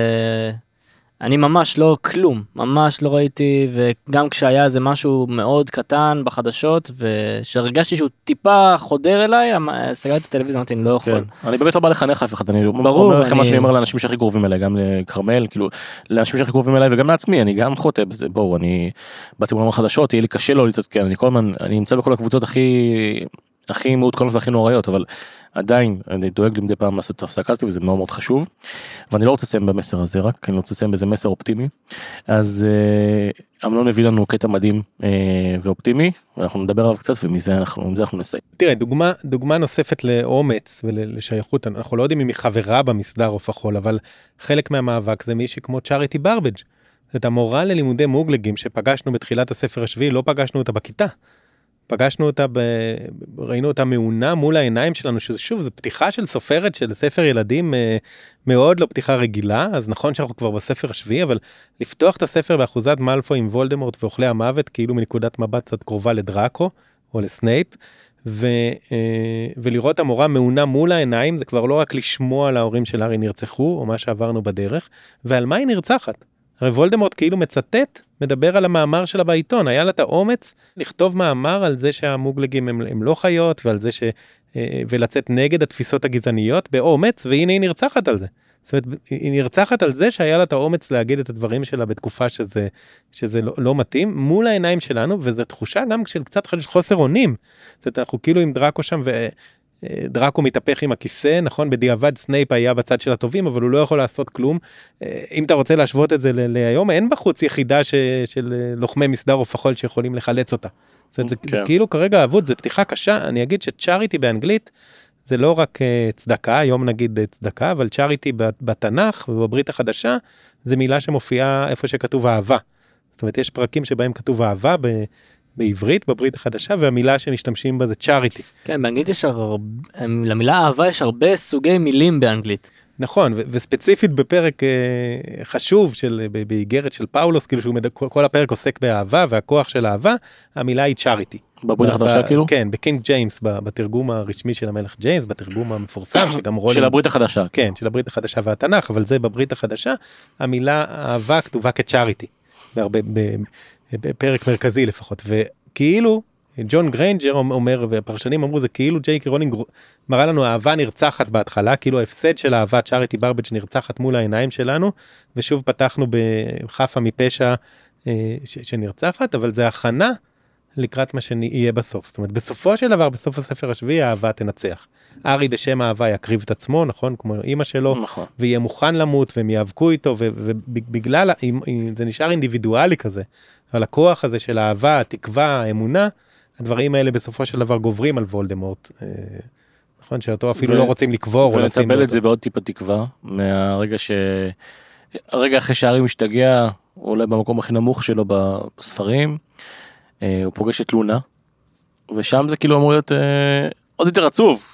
אני ממש לא כלום, ממש לא ראיתי, וגם כשהיה איזה משהו מאוד קטן בחדשות, ושהרגשתי שהוא טיפה חודר אליי, סגרתי את הטלוויזיה, אמרתי, אני לא יכול. אני באמת לא בא לחנך אף אחד, אני אומר לכם מה שאני אומר לאנשים שהכי קרובים אליי, גם לקרמל, כאילו, לאנשים שהכי קרובים אליי, וגם לעצמי, אני גם חוטא בזה, בואו, אני באתי מול החדשות, יהיה לי קשה לא להתעדכן, אני נמצא בכל הקבוצות הכי הכי מעודכנות והכי נוראיות, אבל עדיין אני דואג למדי פעם לעשות את ההפסקה הזאת, וזה מאוד מאוד חשוב, ואני לא רוצה לסיים במסר הזה רק, אני רוצה לסיים באיזה מסר אופטימי. אז אמנון הביא לנו קטע מדהים ואופטימי, ואנחנו נדבר עליו קצת, ומזה אנחנו נסיים. תראה, דוגמה נוספת לאומץ ולשייכות, אנחנו לא יודעים אם היא חברה במסדר או פחול, אבל חלק מהמאבק זה מישהי כמו צ'אריטי ברבג'. זאת המורה ללימודי מוגלגים שפגשנו בתחילת הספר השביעי, לא פגשנו אותה בכיתה. פגשנו אותה, ראינו אותה מעונה מול העיניים שלנו, שזה שוב, זו פתיחה של סופרת של ספר ילדים מאוד לא פתיחה רגילה, אז נכון שאנחנו כבר בספר השביעי, אבל לפתוח את הספר באחוזת מאלפוי עם וולדמורט ואוכלי המוות, כאילו מנקודת מבט קצת קרובה לדראקו או לסנייפ, ולראות המורה מעונה מול העיניים, זה כבר לא רק לשמוע על ההורים של הארי נרצחו, או מה שעברנו בדרך, ועל מה היא נרצחת. הרי וולדמורט כאילו מצטט, מדבר על המאמר שלה בעיתון, היה לה את האומץ לכתוב מאמר על זה שהמוגלגים הם לא חיות, ועל זה ולצאת נגד התפיסות הגזעניות באומץ, והנה היא נרצחת על זה. זאת אומרת, היא נרצחת על זה שהיה לה את האומץ להגיד את הדברים שלה בתקופה שזה לא מתאים, מול העיניים שלנו, וזו תחושה גם של קצת חוסר אונים. זאת אומרת, אנחנו כאילו עם דראקו שם, דראקו מתהפך עם הכיסא, נכון? בדיעבד סנייפ היה בצד של הטובים, אבל הוא לא יכול לעשות כלום. אם אתה רוצה להשוות את זה להיום, אין בחוץ יחידה של לוחמי מסדר או פחול שיכולים לחלץ אותה. זה כאילו כרגע אבוד, זה פתיחה קשה. אני אגיד שצ'אריטי באנגלית, זה לא רק צדקה, היום נגיד צדקה, אבל צ'אריטי בתנ"ך ובברית החדשה, זה מילה שמופיעה איפה שכתוב אהבה. זאת אומרת, יש פרקים שבהם כתוב אהבה בעברית, בברית החדשה, והמילה שמשתמשים בה זה צ'אריטי. כן, באנגלית למילה אהבה יש הרבה סוגי מילים באנגלית. נכון, וספציפית בפרק חשוב באיגרת של פאולוס, כאילו כל הפרק עוסק באהבה, והכוח של אהבה, המילה היא צ'אריטי. בברית החדשה כאילו? כן, בקינג ג'יימס, בתרגום הרשמי של המלך ג'יימס, בתרגום המפורסם, שגם רולינג... של הברית החדשה. כן, של הברית החדשה והתנ"ך, אבל זה בברית החדשה, המילה אהבה כתובה כצ'אריטי, בפרק מרכזי לפחות, וכאילו, ג'ון גריינג'ר אומר, והפרשנים אמרו, זה כאילו ג'יי.קיי רולינג מראה לנו אהבה נרצחת בהתחלה, כאילו ההפסד של אהבה צ'אריטי ברבג' נרצחת מול העיניים שלנו, ושוב פתחנו בחפה מפשע שנרצחת, אבל זה הכנה לקראת מה שיהיה בסוף. זאת אומרת, בסופו של דבר, בסוף הספר השביעי, האהבה תנצח. הארי בשם האהבה יקריב את עצמו, נכון? כמו אמא שלו, נכון. ויהיה מוכן למות, והם יאבקו איתו, ובגלל, זה נשאר אינדיבידואלי כזה, אבל הכוח הזה של האהבה, התקווה, האמונה, הדברים האלה בסופו של דבר גוברים על וולדמורט. נכון? שאותו אפילו לא רוצים לקבור. ולטבל את זה בעוד טיפה תקווה, מהרגע הרגע אחרי שהארי משתגע, הוא עולה במקום הכי נמוך שלו בספרים, הוא פוגש את לונה, ושם זה כאילו אמור להיות עוד יותר עצוב,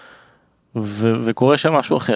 וקורה שם משהו אחר.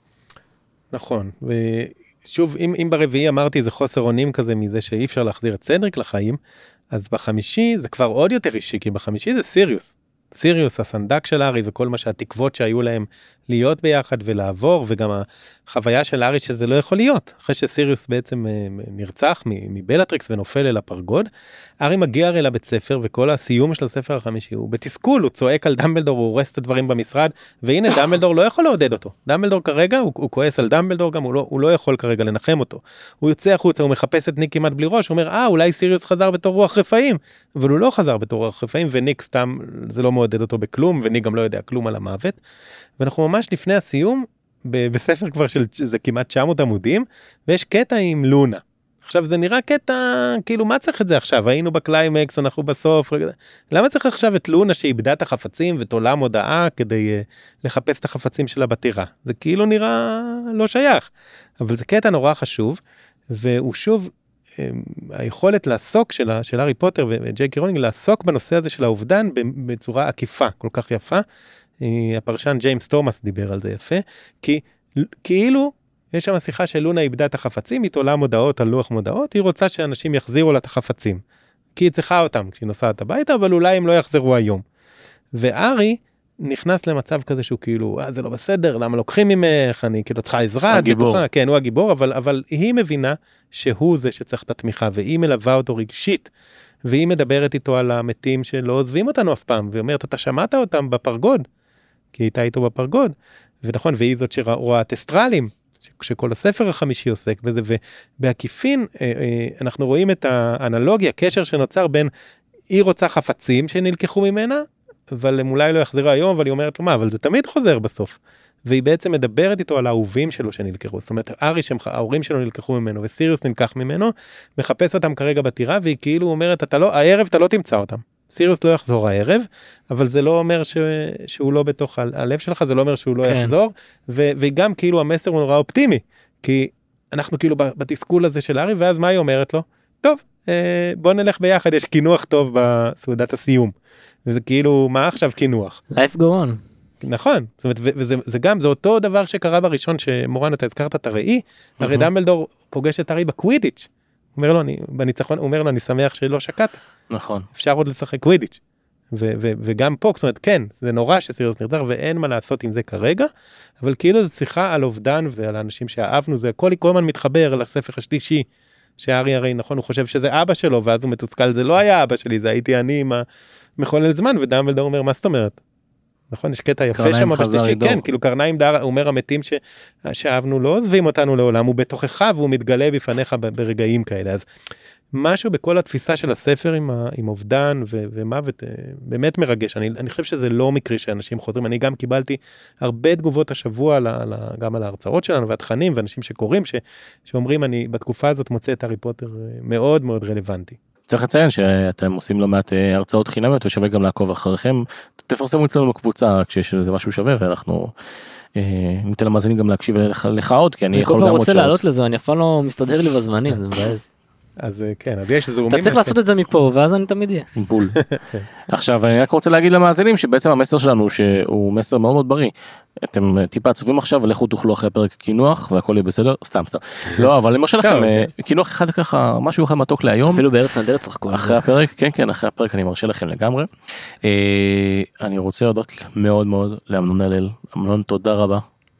נכון, ושוב, אם ברביעי אמרתי זה חוסר אונים כזה מזה שאי אפשר להחזיר את סדריק לחיים, אז בחמישי זה כבר עוד יותר אישי, כי בחמישי זה סיריוס. סיריוס, הסנדק של הארי וכל מה שהתקוות שהיו להם להיות ביחד ולעבור, וגם החוויה של הארי שזה לא יכול להיות. אחרי שסיריוס בעצם נרצח מבלטריקס ונופל אל הפרגוד, הארי מגיע הרי לבית ספר, וכל הסיום של הספר החמישי הוא בתסכול, הוא צועק על דמבלדור, הוא הורס את הדברים במשרד, והנה דמבלדור לא יכול לעודד אותו. דמבלדור כרגע, הוא כועס על דמבלדור, גם הוא לא יכול כרגע לנחם אותו. הוא יוצא החוצה, הוא מחפש את ניק כמעט בלי ראש, הוא אומר, אולי סיריוס חזר בתור רוח רפאים, אבל הוא לא חזר בתור רוח רפאים, וניק סתם, זה לא מעודד אותו בכלום, וניק גם לא יודע כלום על המוות. ואנחנו ממש לפני הסיום, בספר כבר של זה כמעט 900 עמודים, ויש קטע עם לונה. עכשיו זה נראה קטע, כאילו מה צריך את זה עכשיו? היינו בקליימקס, אנחנו בסוף, למה צריך עכשיו את לונה שאיבדה את החפצים ותולה מודעה כדי לחפש את החפצים שלה בטירה? זה כאילו נראה לא שייך, אבל זה קטע נורא חשוב, והוא שוב, היכולת לעסוק של הארי פוטר וג'יי.קיי רולינג, לעסוק בנושא הזה של האובדן בצורה עקיפה, כל כך יפה. הפרשן ג'יימס תומאס דיבר על זה יפה, כי כאילו יש שם שיחה של לונה איבדה את החפצים, היא תולה מודעות על לוח מודעות, היא רוצה שאנשים יחזירו לה את החפצים, כי היא צריכה אותם כשהיא נוסעת הביתה, אבל אולי הם לא יחזרו היום. והארי נכנס למצב כזה שהוא כאילו, זה לא בסדר, למה לוקחים ממך, אני כאילו צריכה עזרה, כן, הוא הגיבור, אבל היא מבינה שהוא זה שצריך את התמיכה, והיא מלווה אותו רגשית, והיא מדברת איתו על המתים שלא עוזבים אותנו אף פעם, ואומרת, אתה שמעת אותם בפרגוד, כי היא הייתה איתו בפרגוד, ונכון, והיא זאת שרואה טסטרלים, שכל הספר החמישי עוסק בזה, ובעקיפין אנחנו רואים את האנלוגיה, הקשר שנוצר בין היא רוצה חפצים שנלקחו ממנה, אבל הם אולי לא יחזרו היום, אבל היא אומרת לו, מה, אבל זה תמיד חוזר בסוף. והיא בעצם מדברת איתו על האהובים שלו שנלקחו. זאת אומרת, ארי, ההורים שלו נלקחו ממנו, וסיריוס נלקח ממנו, מחפש אותם כרגע בטירה, והיא כאילו אומרת, הערב אתה לא תמצא אותם. סיריוס לא יחזור הערב, אבל זה לא אומר שהוא לא בתוך הלב שלך, זה לא אומר שהוא לא יחזור, וגם כאילו המסר הוא נורא אופטימי, כי אנחנו כאילו בתסכול הזה של ארי, ואז מה היא אומרת לו? טוב, בוא נלך ביחד, יש כינוח טוב בסעודת הסיום. וזה כאילו, מה עכשיו כינוח? Life go on. נכון, זאת אומרת, וזה גם, זה אותו דבר שקרה בראשון, שמורן, אתה הזכרת את הראי, הרי דמבלדור פוגש את הראי בקווידיץ', אומר לו, בניצחון, אומר לו, אני שמח שלא שקעת. נכון. אפשר עוד לשחק קווידיץ'. וגם פה, זאת אומרת, כן, זה נורא שסיריוס נרצח, ואין מה לעשות עם זה כרגע, אבל כאילו זו שיחה על אובדן ועל האנשים שאהבנו, זה כל הזמן מתחבר לספר השלישי, שהארי הרי, נכון, הוא חושב שזה אבא שלו, ואז הוא מתוסכל, זה לא היה אבא שלי, זה הייתי אני עם המחולל זמן, ודמבלדור אומר, מה זאת אומרת? נכון, יש קטע יפה שם בשלישי, כן, כאילו קרניים דר, הוא אומר, המתים שאהבנו לא עוזבים אותנו לעולם, הוא בתוכך, והוא מתגלה בפניך ברגעים כאלה, אז משהו בכל התפיסה של הספר עם אובדן ומוות, באמת מרגש, אני חושב שזה לא מקרי שאנשים חוזרים, אני גם קיבלתי הרבה תגובות השבוע, גם על ההרצאות שלנו והתכנים, ואנשים שקוראים, שאומרים, אני בתקופה הזאת מוצא את הארי פוטר מאוד מאוד רלוונטי. צריך לציין שאתם עושים לא מעט הרצאות חינמיות ושווה גם לעקוב אחריכם, תפרסמו אצלנו בקבוצה כשיש איזה משהו שווה ואנחנו ניתן למאזינים גם להקשיב לך עוד, כי אני יכול גם עוד שעות. אני רוצה לעלות לזה, אני אפילו לא מסתדר לי בזמנים, זה מבאס. אז כן, אז יש זומים. אתה צריך לעשות את זה מפה, ואז אני תמיד אהיה. בול. עכשיו, אני רק רוצה להגיד למאזינים שבעצם המסר שלנו שהוא מסר מאוד מאוד בריא. אתם טיפה עצובים עכשיו, ולכו תאכלו אחרי הפרק קינוח, והכל יהיה בסדר, סתם. לא, אבל למשל לכם, קינוח אחד ככה, משהו אחד מתוק להיום. אפילו בארץ נהדרת צחקו. אחרי הפרק, כן, אחרי הפרק אני מרשה לכם לגמרי. אני רוצה להודות מאוד מאוד לאמנון הלל. אמנון, תודה רבה.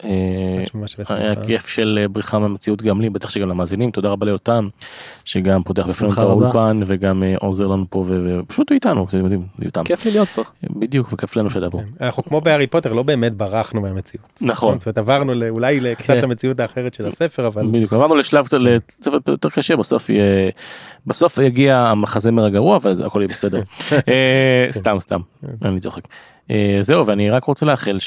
היה כיף של בריחה מהמציאות גם לי, בטח שגם למאזינים, תודה רבה לאותם שגם פותח בפנינו את האולפן וגם עוזר לנו פה ופשוט הוא איתנו, אתם יודעים, כיף לי להיות פה. בדיוק, וכיף לנו שאתה פה. אנחנו כמו בהארי פוטר, לא באמת ברחנו מהמציאות. נכון. זאת אומרת, עברנו אולי קצת למציאות האחרת של הספר, אבל... בדיוק, עברנו לשלב קצת יותר קשה, בסוף יגיע המחזמר הגרוע, אבל הכל יהיה בסדר. סתם, אני צוחק. זהו, ואני רק רוצה לאחל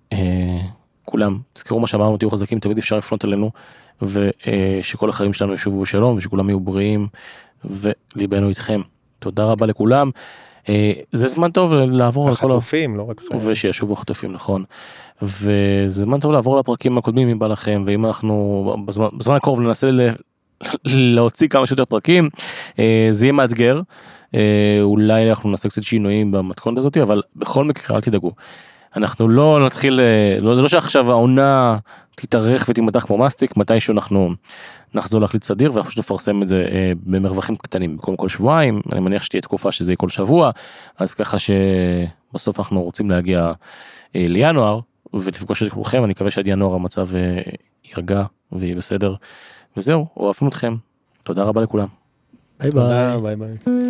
כולם, תזכרו מה שאמרנו, תהיו חזקים, תמיד אפשר לפנות אלינו, ושכל החיים שלנו ישובו בשלום, ושכולם יהיו בריאים, וליבנו איתכם. תודה רבה לכולם. זה זמן טוב לעבור... החטופים, לא רק חיים. ושישובו החטופים, נכון. וזה זמן טוב לעבור לפרקים הקודמים, אם בא לכם, ואם אנחנו בזמן הקרוב ננסה להוציא כמה שיותר פרקים, זה יהיה מאתגר. אולי אנחנו נעשה קצת שינויים במתכונת הזאת, אבל בכל מקרה, אל תדאגו. אנחנו לא נתחיל, לא שעכשיו העונה תתארך ותימתח כמו מסטיק, מתישהו אנחנו נחזור להקליט סדיר, ואנחנו פשוט נפרסם את זה במרווחים קטנים, במקום כל שבועיים, אני מניח שתהיה תקופה שזה יהיה כל שבוע, אז ככה שבסוף אנחנו רוצים להגיע לינואר, ולפגוש את כולכם, אני מקווה שעד ינואר המצב ירגע ויהיה בסדר, וזהו, אוהבים אתכם, תודה רבה לכולם. ביי ביי. ביי ביי.